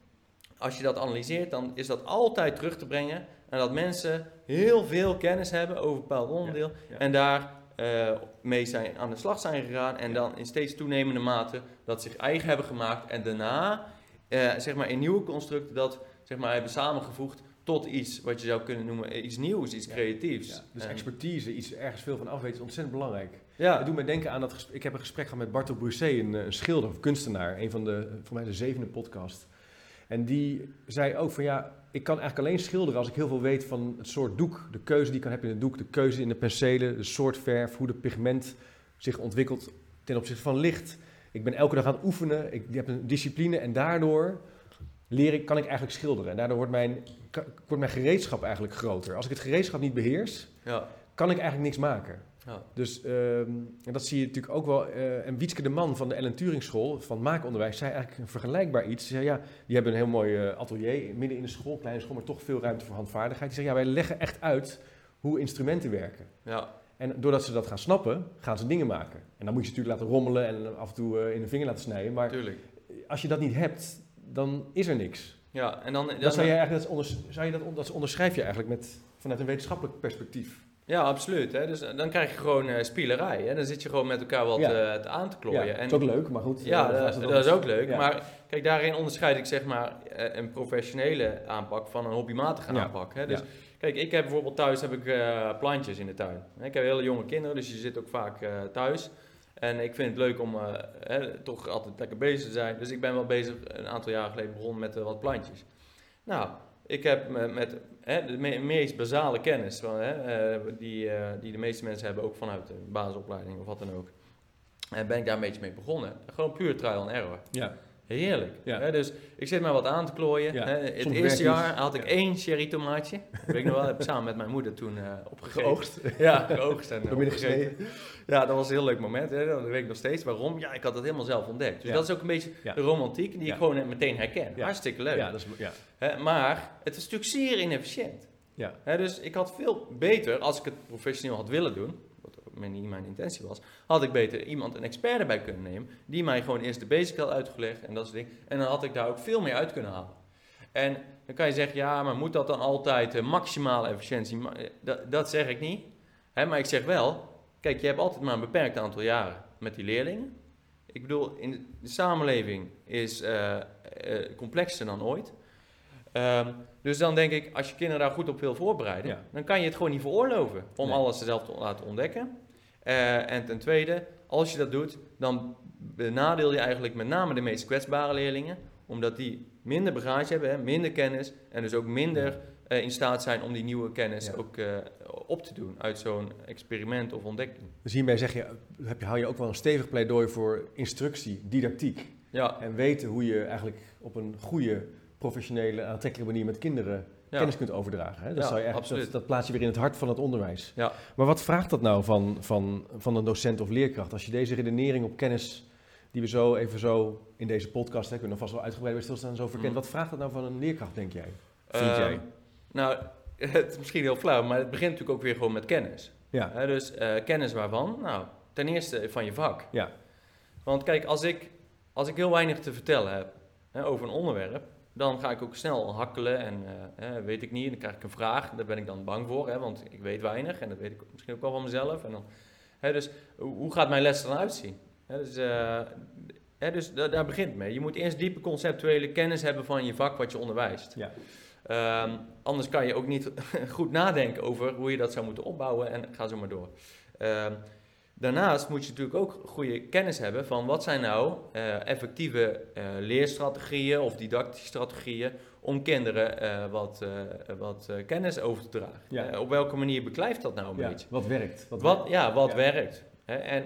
als je dat analyseert, dan is dat altijd terug te brengen en dat mensen heel veel kennis hebben over een bepaald onderdeel ja. Ja. en daar uh, mee zijn, aan de slag zijn gegaan en ja. dan in steeds toenemende mate dat zich eigen hebben gemaakt en daarna uh, zeg maar in nieuwe constructen dat zeg maar hebben samengevoegd tot iets wat je zou kunnen noemen iets nieuws, iets ja. creatiefs. Ja. Dus expertise, iets ergens veel van afweten is ontzettend belangrijk. Ja. Het doet mij denken aan dat gesprek, ik heb een gesprek gehad met Bartel Broussais, een, een schilder of kunstenaar, een van de, voor mij de zevende podcast. En die zei ook van ja, ik kan eigenlijk alleen schilderen als ik heel veel weet van het soort doek, de keuze die ik kan hebben in het doek, de keuze in de penselen, de soort verf, hoe de pigment zich ontwikkelt ten opzichte van licht. Ik ben elke dag aan het oefenen, ik heb een discipline en daardoor leer ik, kan ik eigenlijk schilderen. En daardoor wordt mijn, wordt mijn gereedschap eigenlijk groter. Als ik het gereedschap niet beheers, ja. kan ik eigenlijk niks maken. Ja. Dus um, en dat zie je natuurlijk ook wel. Uh, en Wietske de Man van de Ellen Turing School van maakonderwijs zei eigenlijk een vergelijkbaar iets. Ze zei ja, die hebben een heel mooi uh, atelier midden in de school, kleine school, maar toch veel ruimte voor handvaardigheid. Die zei ja, wij leggen echt uit hoe instrumenten werken. Ja. En doordat ze dat gaan snappen, gaan ze dingen maken. En dan moet je ze natuurlijk laten rommelen en af en toe uh, in de vinger laten snijden. Maar Tuurlijk. Als je dat niet hebt, dan is er niks. Ja, en dan, dan dat zou je eigenlijk dat, onders, zou je dat, dat onderschrijf je eigenlijk met, vanuit een wetenschappelijk perspectief. Ja, absoluut. Hè. Dus dan krijg je gewoon uh, spielerij. Hè. Dan zit je gewoon met elkaar wat ja. uh, aan te klooien. Ja, en, dat is ook leuk, maar goed. Ja, uh, dat, dat, dat is ook leuk. Ja. Maar kijk, daarin onderscheid ik zeg maar uh, een professionele aanpak van een hobbymatige ja. aanpak. Hè. Dus ja. kijk, ik heb bijvoorbeeld thuis heb ik uh, plantjes in de tuin. Ik heb hele jonge kinderen, dus je zit ook vaak uh, thuis. En ik vind het leuk om uh, hè, toch altijd lekker bezig te zijn. Dus ik ben wel bezig, een aantal jaren geleden begonnen met uh, wat plantjes. Nou, ik heb met, met hè, de me- meest basale kennis, van, hè, uh, die, uh, die de meeste mensen hebben, ook vanuit de basisopleiding of wat dan ook. En ben ik daar een beetje mee begonnen. Gewoon puur trial and error. Ja. Heerlijk. Ja. Hè, dus ik zit maar wat aan te klooien. Ja. Hè. Het Soms eerste jaar had ik ja. één cherry tomaatje. Dat weet ik nog wel, heb ik samen met mijn moeder toen uh, opgegeten. Geoogst. Ja, geoogst en opgegeten. Ja, dat was een heel leuk moment. Hè. Dat weet ik nog steeds. Waarom? Ja, ik had het helemaal zelf ontdekt. Dus ja. dat is ook een beetje ja. de romantiek die ja. ik gewoon meteen herken. Ja. Hartstikke leuk. Ja, dat is, ja. Hè, maar het is natuurlijk zeer inefficiënt. Ja. Hè, dus ik had veel beter, als ik het professioneel had willen doen, niet mijn intentie was, had ik beter iemand, een expert erbij kunnen nemen, die mij gewoon eerst de basic had uitgelegd en dat soort dingen. En dan had ik daar ook veel meer uit kunnen halen. En dan kan je zeggen, ja, maar moet dat dan altijd uh, maximale efficiëntie? Dat, dat zeg ik niet. Hè, maar ik zeg wel, kijk, je hebt altijd maar een beperkt aantal jaren met die leerlingen. Ik bedoel, in de samenleving is uh, uh, complexer dan ooit. Um, dus dan denk ik, als je kinderen daar goed op wil voorbereiden, ja. dan kan je het gewoon niet veroorloven om nee. alles zelf te laten ontdekken. Uh, en ten tweede, als je dat doet, dan benadeel je eigenlijk met name de meest kwetsbare leerlingen, omdat die minder bagage hebben, hè, minder kennis en dus ook minder uh, in staat zijn om die nieuwe kennis ja. ook uh, op te doen uit zo'n experiment of ontdekking. Dus hiermee zeg je, heb je, hou je ook wel een stevig pleidooi voor instructie, didactiek. Ja. En weten hoe je eigenlijk op een goede, professionele, aantrekkelijke manier met kinderen ja. kennis kunt overdragen. Hè? Dat, ja, zou je echt, dat, dat plaats je weer in het hart van het onderwijs. Ja. Maar wat vraagt dat nou van, van, van een docent of leerkracht? Als je deze redenering op kennis, die we zo even zo in deze podcast, hè, kunnen we vast wel uitgebreid bij stilstaan, zo verkennen. Mm. Wat vraagt dat nou van een leerkracht, denk jij? Vind uh, jij? Nou, het is misschien heel flauw, maar het begint natuurlijk ook weer gewoon met kennis. Ja. Uh, dus uh, kennis waarvan? Nou, ten eerste van je vak. Ja. Want kijk, als ik, als ik heel weinig te vertellen heb hè, over een onderwerp, dan ga ik ook snel hakkelen en uh, uh, weet ik niet. En dan krijg ik een vraag, daar ben ik dan bang voor, hè, want ik weet weinig en dat weet ik misschien ook wel van mezelf. En dan, hè, dus hoe gaat mijn les er dan uitzien? Hè, dus uh, hè, dus da- daar begint het mee. Je moet eerst diepe conceptuele kennis hebben van je vak wat je onderwijst. Ja. Um, anders kan je ook niet goed nadenken over hoe je dat zou moeten opbouwen en ga zo maar door. Um, Daarnaast moet je natuurlijk ook goede kennis hebben van wat zijn nou uh, effectieve uh, leerstrategieën of didactische strategieën om kinderen uh, wat, uh, wat uh, kennis over te dragen. Ja. Uh, op welke manier beklijft dat nou een ja, beetje? Wat werkt? Wat, wat werkt. Ja, wat ja. werkt. Hè? En kijk,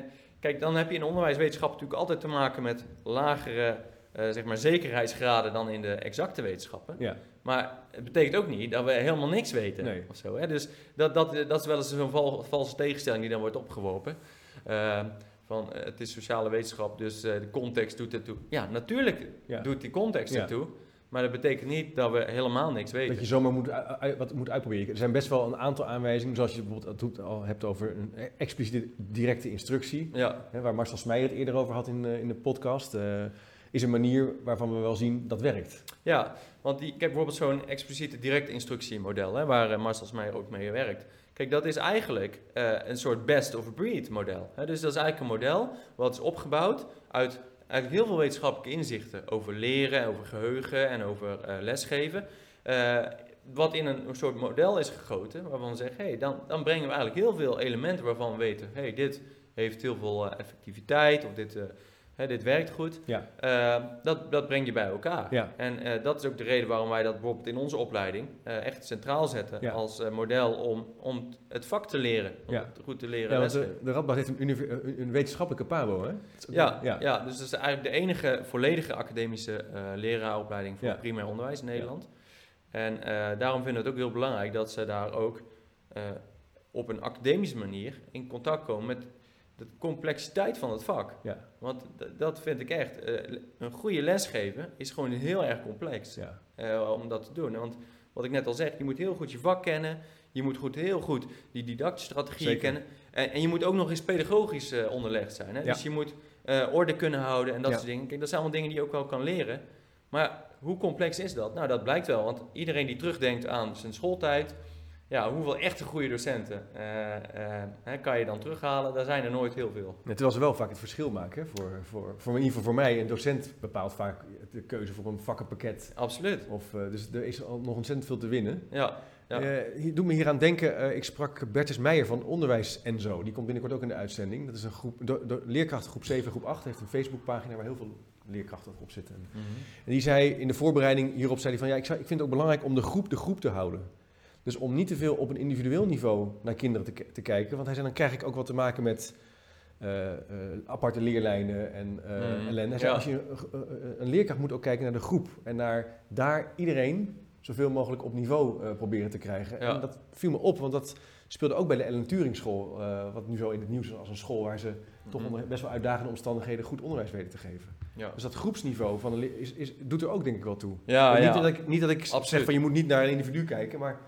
kijk, dan heb je in onderwijswetenschap natuurlijk altijd te maken met lagere uh, zeg maar zekerheidsgraden dan in de exacte wetenschappen. Ja. Maar het betekent ook niet dat we helemaal niks weten. Nee. Of zo, hè? Dus dat, dat, dat is wel eens zo'n val, valse tegenstelling die dan wordt opgeworpen. Uh, van uh, het is sociale wetenschap, dus uh, de context doet ertoe. Ja, natuurlijk ja. doet die context ja. ertoe. Maar dat betekent niet dat we helemaal niks weten. Dat je zomaar moet, uh, wat moet uitproberen. Er zijn best wel een aantal aanwijzingen, zoals je bijvoorbeeld het al hebt over een expliciete directe instructie. Ja. Hè, waar Marcel Smeijer het eerder over had in, uh, in de podcast. Uh, is een manier waarvan we wel zien dat werkt. Ja, want die, kijk bijvoorbeeld zo'n expliciete directe instructiemodel, hè, waar uh, Marcel Smeijer ook mee werkt. Kijk, dat is eigenlijk uh, een soort best of breed model. Hè? Dus dat is eigenlijk een model wat is opgebouwd uit eigenlijk heel veel wetenschappelijke inzichten over leren, over geheugen en over uh, lesgeven. Uh, wat in een, een soort model is gegoten, waarvan we zeggen, hey, dan, dan brengen we eigenlijk heel veel elementen waarvan we weten, hey, dit heeft heel veel uh, effectiviteit of dit... Uh, He, dit werkt goed, ja. uh, dat, dat breng je bij elkaar. Ja. En uh, dat is ook de reden waarom wij dat bijvoorbeeld in onze opleiding uh, echt centraal zetten ja. als uh, model om, om het vak te leren, om ja. het goed te leren ja, lesgeven. De, de Radboud heeft een, een, een wetenschappelijke pabo, hè? Ja, ja. ja, dus dat is eigenlijk de enige volledige academische uh, leraaropleiding voor ja. primair onderwijs in Nederland. Ja. En uh, daarom vinden we het ook heel belangrijk dat ze daar ook uh, op een academische manier in contact komen met de complexiteit van het vak. Ja. Want d- dat vind ik echt. Uh, een goede lesgeven is gewoon heel erg complex. Ja. Uh, om dat te doen. Want wat ik net al zeg, je moet heel goed je vak kennen. Je moet goed, heel goed die didactische strategieën Zeker. kennen. En, en je moet ook nog eens pedagogisch uh, onderlegd zijn. Hè? Ja. Dus je moet uh, orde kunnen houden en dat ja. soort dingen. Kijk, dat zijn allemaal dingen die je ook wel kan leren. Maar hoe complex is dat? Nou, dat blijkt wel. Want iedereen die terugdenkt aan zijn schooltijd... Ja, hoeveel echte goede docenten uh, uh, hè, kan je dan terughalen? Daar zijn er nooit heel veel. Ja, terwijl ze wel vaak het verschil maken. Hè? Voor, voor, voor, in ieder geval voor mij, een docent bepaalt vaak de keuze voor een vakkenpakket. Absoluut. Of, uh, dus er is al nog ontzettend veel te winnen. Ja. ja. Uh, doe me hier aan denken, uh, ik sprak Bertus Meijer van Onderwijs en Zo. Die komt binnenkort ook in de uitzending. Dat is een groep, do, do, leerkrachten groep zeven, groep acht. Heeft een Facebookpagina waar heel veel leerkrachten op zitten. Mm-hmm. En die zei in de voorbereiding hierop, zei hij van ja, ik, zou, ik vind het ook belangrijk om de groep de groep te houden. Dus om niet te veel op een individueel niveau naar kinderen te, k- te kijken. Want hij zei, dan krijg ik ook wat te maken met uh, uh, aparte leerlijnen en uh, mm, ellende. Hij zei, ja. als je, uh, uh, een leerkracht moet ook kijken naar de groep. En naar daar iedereen zoveel mogelijk op niveau uh, proberen te krijgen. Ja. En dat viel me op, want dat speelde ook bij de Ellen Turing School. Uh, wat nu zo in het nieuws is als een school waar ze mm-hmm. toch onder best wel uitdagende omstandigheden goed onderwijs weten te geven. Ja. Dus dat groepsniveau van een le- is, is, doet er ook denk ik wel toe. Ja, ja. Niet, dat ik, niet dat ik zeg van je moet niet naar een individu kijken, maar...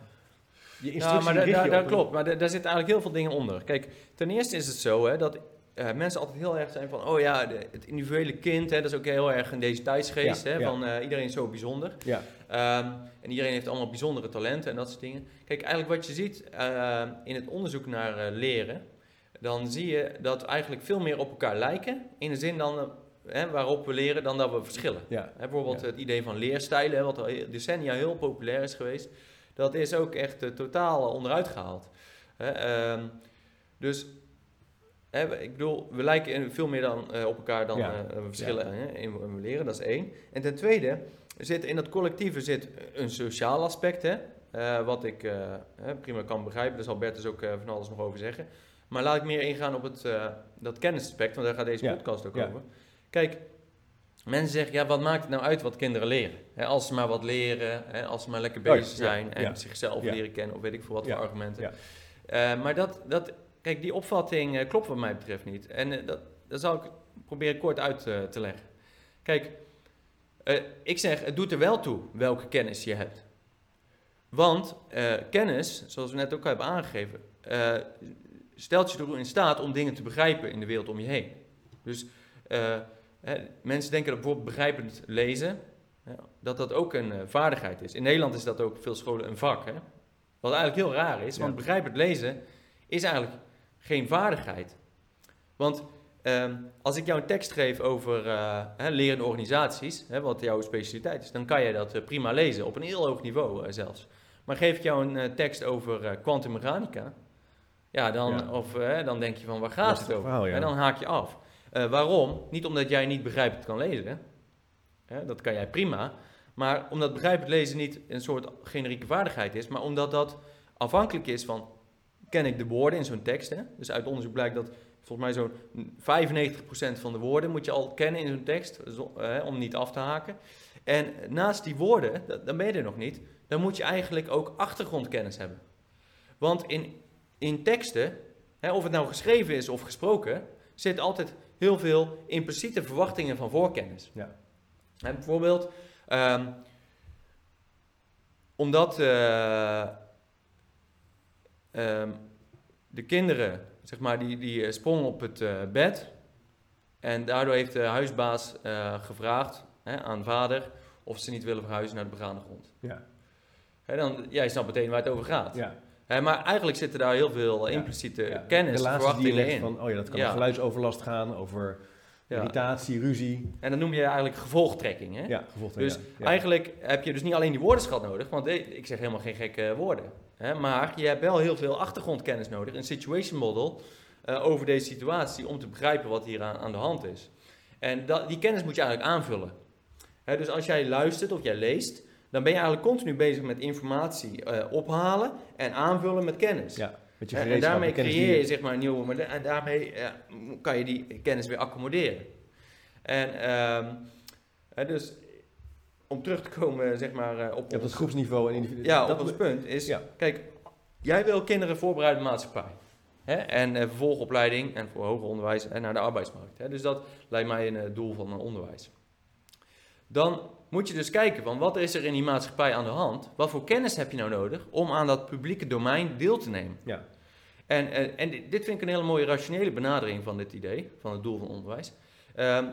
Ja, maar da- da- dat klopt. Maar da- daar zitten eigenlijk heel veel dingen onder. Kijk, ten eerste is het zo hè, dat uh, mensen altijd heel erg zijn van... oh ja, de, het individuele kind, hè, dat is ook heel erg in deze tijdsgeest. Ja, hè, ja. Van uh, iedereen is zo bijzonder. Ja. Um, en iedereen heeft allemaal bijzondere talenten en dat soort dingen. Kijk, eigenlijk wat je ziet uh, in het onderzoek naar uh, leren... dan zie je dat we eigenlijk veel meer op elkaar lijken... in de zin dan... Uh, Hè, waarop we leren dan dat we verschillen. Ja. Hè, bijvoorbeeld ja. het idee van leerstijlen, hè, wat al decennia heel populair is geweest... dat is ook echt uh, totaal onderuit gehaald. Hè, um, dus, hè, ik bedoel, we lijken veel meer dan, uh, op elkaar dan ja. uh, we verschillen ja. hè, in, in we leren, dat is één. En ten tweede, zit in dat collectieve zit een sociaal aspect, hè, uh, wat ik uh, prima kan begrijpen. Daar zal Bertus ook uh, van alles nog over zeggen. Maar laat ik meer ingaan op het, uh, dat kennisaspect, want daar gaat deze ja. podcast ook ja. over. Kijk, mensen zeggen, ja, wat maakt het nou uit wat kinderen leren? He, als ze maar wat leren, he, als ze maar lekker bezig oh, zijn ja, en ja. zichzelf ja. leren kennen of weet ik veel wat ja. voor argumenten. Ja. Uh, maar dat, dat, kijk, die opvatting uh, klopt wat mij betreft niet. En uh, dat, dat zal ik proberen kort uit uh, te leggen. Kijk, uh, ik zeg, het doet er wel toe welke kennis je hebt. Want uh, kennis, zoals we net ook hebben aangegeven, uh, stelt je ertoe in staat om dingen te begrijpen in de wereld om je heen. Dus... Uh, He, mensen denken dat bijvoorbeeld begrijpend lezen, he, dat dat ook een uh, vaardigheid is. In Nederland is dat ook op veel scholen een vak. He. Wat eigenlijk heel raar is, ja. want begrijpend lezen is eigenlijk geen vaardigheid. Want um, als ik jou een tekst geef over uh, he, lerende organisaties, he, wat jouw specialiteit is, dan kan je dat uh, prima lezen, op een heel hoog niveau uh, zelfs. Maar geef ik jou een uh, tekst over kwantummechanica, uh, ja, dan, ja. Of, uh, dan denk je van waar gaat het over? Verhaal, ja. En dan haak je af. Uh, waarom? Niet omdat jij niet begrijpend kan lezen. Hè? Dat kan jij prima. Maar omdat begrijpend lezen niet een soort generieke vaardigheid is. Maar omdat dat afhankelijk is van... Ken ik de woorden in zo'n tekst? Hè? Dus uit onderzoek blijkt dat volgens mij zo'n vijfennegentig procent van de woorden moet je al kennen in zo'n tekst, uh, om niet af te haken. En naast die woorden, dat, dan ben je er nog niet, dan moet je eigenlijk ook achtergrondkennis hebben. Want in, in teksten, hè, of het nou geschreven is of gesproken, zit altijd heel veel impliciete verwachtingen van voorkennis. Ja. En bijvoorbeeld, um, omdat uh, um, de kinderen, zeg maar, die, die sprongen op het uh, bed en daardoor heeft de huisbaas uh, gevraagd, hè, aan vader of ze niet willen verhuizen naar de begane grond. Ja. Hè, dan, jij snapt meteen waar het over gaat. Ja. Hè, maar eigenlijk zitten daar heel veel impliciete ja. Ja. kennis, verwachtingen in. Van, oh ja, dat kan ja. over geluidsoverlast gaan, over ja. irritatie, ruzie. En dat noem je eigenlijk gevolgtrekking. Hè? Ja, gevolgtrekking. Dus ja. eigenlijk heb je dus niet alleen die woordenschat nodig, want ik zeg helemaal geen gekke woorden. Hè? Maar je hebt wel heel veel achtergrondkennis nodig, een situation model uh, over deze situatie, om te begrijpen wat hier aan, aan de hand is. En dat, die kennis moet je eigenlijk aanvullen. Hè, dus als jij luistert of jij leest, dan ben je eigenlijk continu bezig met informatie uh, ophalen en aanvullen met kennis. Ja, met je en, en daarmee creëer je zeg maar een nieuwe, maar en daarmee uh, kan je die kennis weer accommoderen. En uh, uh, dus om terug te komen zeg maar uh, op, op het groepsniveau en individu. Ja, dat op ons punt is, ja. kijk, jij wil kinderen voorbereiden op maatschappij. Hè? En uh, vervolgopleiding en voor hoger onderwijs en naar de arbeidsmarkt. Hè? Dus dat lijkt mij een uh, doel van een onderwijs. Dan moet je dus kijken van wat is er in die maatschappij aan de hand? Wat voor kennis heb je nou nodig om aan dat publieke domein deel te nemen? Ja. En, en, en dit vind ik een hele mooie rationele benadering van dit idee, van het doel van onderwijs. Um,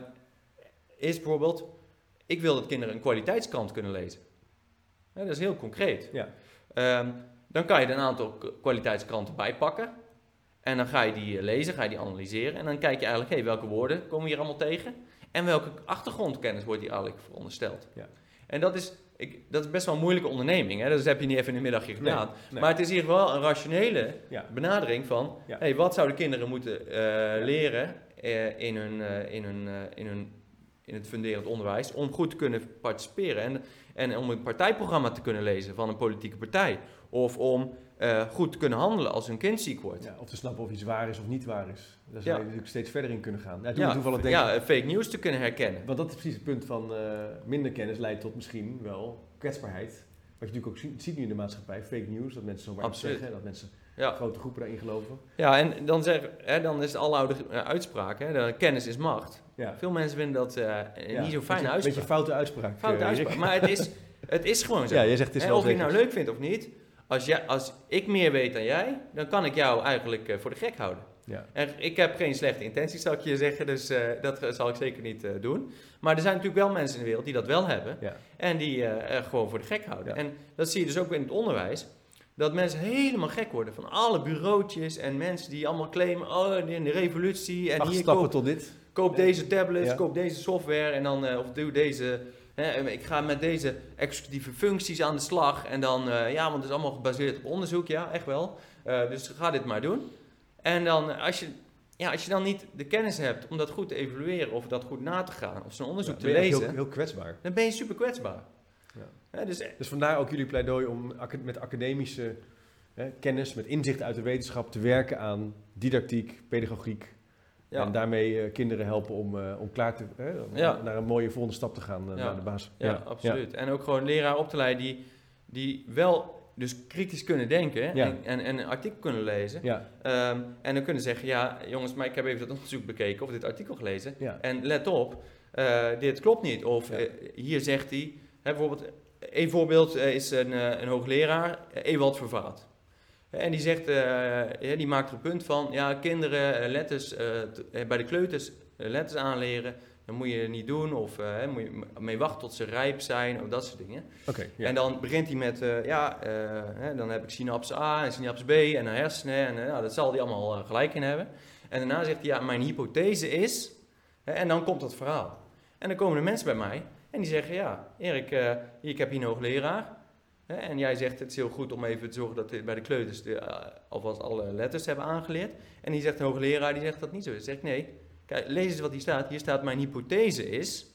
is bijvoorbeeld, ik wil dat kinderen een kwaliteitskrant kunnen lezen. Ja, dat is heel concreet. Ja. Um, dan kan je er een aantal kwaliteitskranten bijpakken. En dan ga je die lezen, ga je die analyseren. En dan kijk je eigenlijk, hé, hey, welke woorden komen hier allemaal tegen? En welke achtergrondkennis wordt hier eigenlijk verondersteld? Ja. En dat is, ik, dat is best wel een moeijlijke onderneming. Hè? Dat heb je niet even in een middagje gedaan. Nee, nee. Maar het is hier wel een rationele ja. benadering van... Ja. Hey, wat zouden kinderen moeten uh, ja. leren uh, in, hun, uh, in, hun, uh, in, hun, in het funderend onderwijs... om goed te kunnen participeren en, en om een partijprogramma te kunnen lezen van een politieke partij. Of om uh, goed te kunnen handelen als hun kind ziek wordt. Ja, of te snappen of iets waar is of niet waar is. Daar zou ja. je natuurlijk steeds verder in kunnen gaan. Ja, ja, toevallig denk ja fake news te kunnen herkennen. Want dat is precies het punt van uh, minder kennis leidt tot misschien wel kwetsbaarheid. Wat je natuurlijk ook ziet, ziet nu in de maatschappij, fake news, dat mensen zomaar iets zeggen, dat mensen ja. grote groepen daarin geloven. Ja, en dan, zeg, hè, dan is het aloude uh, uitspraak, hè, de kennis is macht. Ja. Veel mensen vinden dat uh, ja. niet zo'n fijne beetje, uitspraak. Beetje foute uitspraak. Foute uh, uitspraak, maar het is, het is gewoon zo. Ja, jij zegt het is en wel of je het nou zeker. leuk vindt of niet, als, jij, als ik meer weet dan jij, dan kan ik jou eigenlijk uh, voor de gek houden. Ja. En ik heb geen slechte intenties, zal ik je zeggen, dus uh, dat uh, zal ik zeker niet uh, doen. Maar er zijn natuurlijk wel mensen in de wereld die dat wel hebben ja. en die uh, uh, gewoon voor de gek houden. Ja. En dat zie je dus ook in het onderwijs, dat mensen helemaal gek worden van alle bureautjes en mensen die allemaal claimen, oh, in de revolutie en Acht hier stappen koop, tot dit. koop deze tablets, ja. koop koop deze software en dan, uh, of doe deze... He, ik ga met deze executieve functies aan de slag en dan, uh, ja, want het is allemaal gebaseerd op onderzoek, ja, echt wel. Uh, dus ga dit maar doen. En dan, als je, ja, als je dan niet de kennis hebt om dat goed te evalueren of dat goed na te gaan of zo'n onderzoek ja, te lezen, heel, heel kwetsbaar. Dan ben je super kwetsbaar. Ja. He, dus, dus vandaar ook jullie pleidooi om met academische he, kennis, met inzicht uit de wetenschap te werken aan didactiek, pedagogiek. Ja. En daarmee uh, kinderen helpen om, uh, om klaar te, hè, om ja. naar een mooie volgende stap te gaan uh, ja. naar de basis. Ja, ja. absoluut. Ja. En ook gewoon leraar op te leiden die, die wel dus kritisch kunnen denken ja. en, en, en een artikel kunnen lezen. Ja. Um, en dan kunnen zeggen, ja jongens, maar ik heb even dat onderzoek bekeken of dit artikel gelezen. Ja. En let op, uh, dit klopt niet. Of ja. uh, hier zegt hij, hè, bijvoorbeeld, een voorbeeld uh, is een, uh, een hoogleraar, uh, Ewald Vervaat. En die zegt, uh, die maakt er een punt van, ja, kinderen uh, letters, uh, t- bij de kleuters uh, letters aanleren, dat moet je niet doen, of uh, moet je mee wachten tot ze rijp zijn, of dat soort dingen. Okay, ja. En dan begint hij met, uh, ja, uh, hè, dan heb ik synapse A en synapse B en een hersenen, en uh, nou, dat zal hij allemaal uh, gelijk in hebben. En daarna zegt hij, ja, mijn hypothese is, hè, en dan komt dat verhaal. En dan komen de mensen bij mij, en die zeggen, ja, Erik, uh, ik heb hier een hoogleraar. En jij zegt het is heel goed om even te zorgen dat bij de kleuters de, uh, alvast alle letters hebben aangeleerd. En die zegt een hoogleraar, die zegt dat niet zo. Hij zegt nee, kijk, lees eens wat hier staat. Hier staat mijn hypothese is,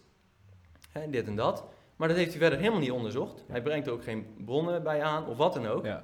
hè, dit en dat. Maar dat heeft hij verder helemaal niet onderzocht. Hij brengt er ook geen bronnen bij aan of wat dan ook. Ja.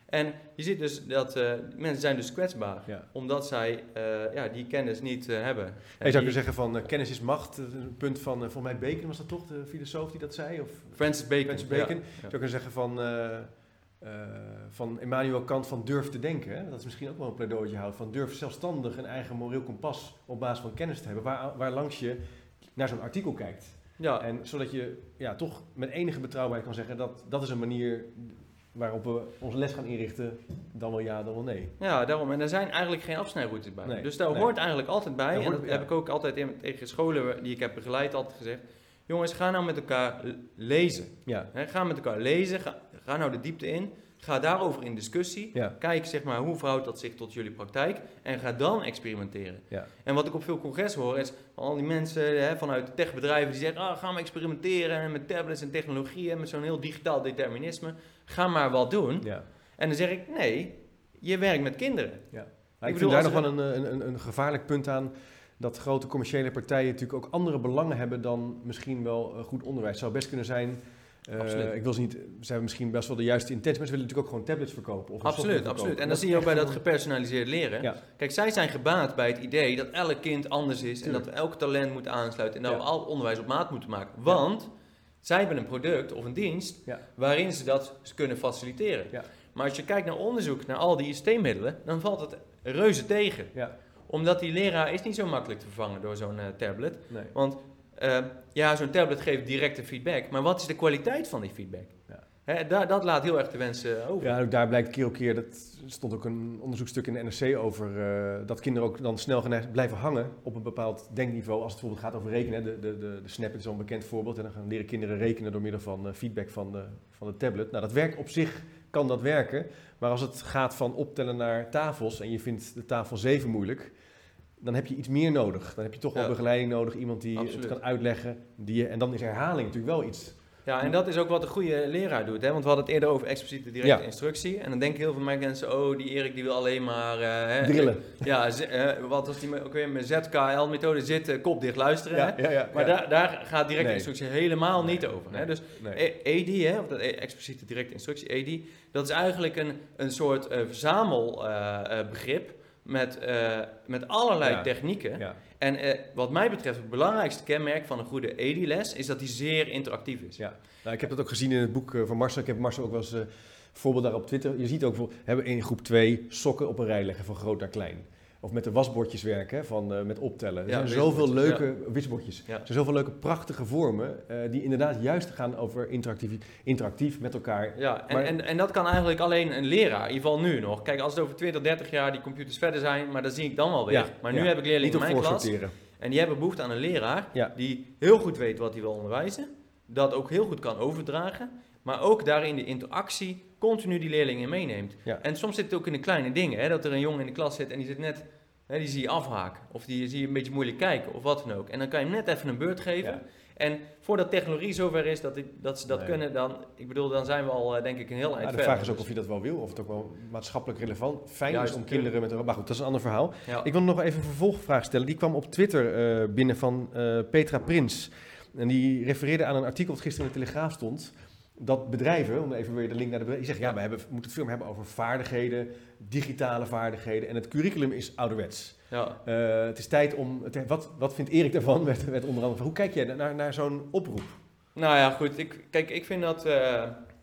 En je ziet dus dat uh, mensen zijn dus kwetsbaar, Ja. omdat zij uh, ja, die kennis niet uh, hebben. En je die, zou kunnen zeggen van uh, kennis is macht, een punt van, uh, volgens mij Bacon was dat toch, de filosoof die dat zei? Of Francis Bacon. Francis Bacon. Ja. Je zou kunnen zeggen van, uh, uh, van Immanuel Kant van durf te denken. Hè? Dat is misschien ook wel een pleidooitje houdt van durf zelfstandig een eigen moreel kompas op basis van kennis te hebben, waar, waar langs je naar zo'n artikel kijkt. Ja. En zodat je ja, toch met enige betrouwbaarheid kan zeggen dat dat is een manier waarop we onze les gaan inrichten, dan wel ja, dan wel nee. Ja, daarom. En er zijn eigenlijk geen afsnijroutes bij. Nee, dus daar nee. hoort eigenlijk altijd bij, Daar en hoort, dat ja. heb ik ook altijd in, tegen scholen die ik heb begeleid altijd gezegd. Jongens, ga nou met elkaar lezen. Ja. He, ga met elkaar lezen, ga, ga nou de diepte in. Ga daarover in discussie. Ja. Kijk, zeg maar, hoe verhoudt dat zich tot jullie praktijk? En ga dan experimenteren. Ja. En wat ik op veel congressen hoor, is al die mensen hè, vanuit de techbedrijven die zeggen, ah, gaan we experimenteren met tablets en technologieën, met zo'n heel digitaal determinisme. Ga maar wat doen. Ja. En dan zeg ik, nee, je werkt met kinderen. Ja. Ik Ik, bedoel, vind daar nog als wel een, een, een, een gevaarlijk punt aan, dat grote commerciële partijen natuurlijk ook andere belangen hebben dan misschien wel uh, goed onderwijs. Het zou best kunnen zijn, uh, Absoluut. ik wil ze niet, ze hebben misschien best wel de juiste intentie, maar ze willen natuurlijk ook gewoon tablets verkopen. Of een Absoluut, software absoluut. verkopen. En dan dat zie je ook bij echt dat een- gepersonaliseerd leren. Ja. Kijk, zij zijn gebaat bij het idee dat elk kind anders is Tuurlijk. en dat elk talent moet aansluiten en dat Ja. we al onderwijs op maat moeten maken. Want zij hebben een product of een dienst Ja. waarin ze dat kunnen faciliteren. Ja. Maar als je kijkt naar onderzoek naar al die I C T-middelen, dan valt het reuze tegen. Ja, Omdat die leraar is niet zo makkelijk te vervangen door zo'n uh, tablet. nee. Want uh, ja, zo'n tablet geeft directe feedback. Maar wat is de kwaliteit van die feedback? Ja. Hè, da- dat laat heel erg de wensen over. Ja, ook daar blijkt keer op keer, dat stond ook een onderzoekstuk in de N R C over, uh, dat kinderen ook dan snel geneigd blijven hangen op een bepaald denkniveau. Als het bijvoorbeeld gaat over rekenen, de, de, de, de Snap is al een bekend voorbeeld. En dan gaan leren kinderen rekenen door middel van uh, feedback van de, van de tablet. Nou, dat werkt op zich, kan dat werken. Maar als het gaat van optellen naar tafels en je vindt de tafel zeven moeilijk, dan heb je iets meer nodig. Dan heb je toch wel Ja. begeleiding nodig, iemand die Absoluut. het kan uitleggen. Die je, en dan is herhaling natuurlijk wel iets. Ja, en dat is ook wat een goede leraar doet. Hè? Want we hadden het eerder over expliciete directe Ja. instructie. En dan denken heel veel mensen, oh, die Erik die wil alleen maar... Uh, hè, Drillen. Ja, z- uh, wat was die me- ook weer met Z K L-methode, zitten, kop dicht luisteren. Ja, hè? ja, ja, Maar ja. Daar, daar gaat directe Nee. instructie helemaal Nee, niet over. nee, Hè? Dus nee. E D, hè, of dat e- expliciete directe instructie, E D, dat is eigenlijk een, een soort uh, verzamelbegrip uh, met, uh, met allerlei Ja. technieken. Ja. En uh, wat mij betreft het belangrijkste kenmerk van een goede E D-les is dat die zeer interactief is. Ja, nou, ik heb dat ook gezien in het boek uh, van Marcel. Ik heb Marcel ook wel eens uh, voorbeeld daar op Twitter. Je ziet ook, voor, hebben in groep twee sokken op een rij leggen van groot naar klein. Of met de wasbordjes werken, van, uh, met optellen. Er Ja, zijn zoveel wisbordjes, leuke, wisbordjes. Ja. Er zijn zoveel leuke, prachtige vormen uh, die inderdaad juist gaan over interactief, interactief met elkaar. Ja, en, Maar- en, en dat kan eigenlijk alleen een leraar, in ieder geval nu nog. Kijk, als het over twintig, dertig jaar die computers verder zijn, maar dat zie ik dan wel weer. Ja, maar nu ja. heb ik leerlingen Niet in op mijn klas voorsorteren. en die hebben behoefte aan een leraar Ja. die heel goed weet wat hij wil onderwijzen, dat ook heel goed kan overdragen, maar ook daarin de interactie continu die leerlingen meeneemt. Ja. En soms zit het ook in de kleine dingen, hè, dat er een jongen in de klas zit en die zit net, hè, die zie je afhaken, of die zie je een beetje moeilijk kijken, of wat dan ook. En dan kan je hem net even een beurt geven. Ja. En voordat technologie zover is dat, die- dat ze dat Nee. kunnen, dan, ik bedoel, dan zijn we al uh, denk ik een heel eind Ja, de verder. vraag is ook Dus- of je dat wel wil, of het ook wel maatschappelijk relevant, fijn Juist, is om tuurlijk. kinderen met... Maar goed, dat is een ander verhaal. Ja. Ik wil nog even een vervolgvraag stellen. Die kwam op Twitter uh, binnen van uh, Petra Prins. En die refereerde aan een artikel dat gisteren in de Telegraaf stond. Dat bedrijven, om even weer de link naar de bedrijven, die zeggen ja, we, hebben, we moeten het veel meer hebben over vaardigheden, digitale vaardigheden. En het curriculum is ouderwets. Ja. Uh, het is tijd om... Het, wat, wat vindt Erik daarvan? Met, met onder andere, hoe kijk jij naar, naar zo'n oproep? Nou ja, goed. Ik, kijk, ik vind dat, uh,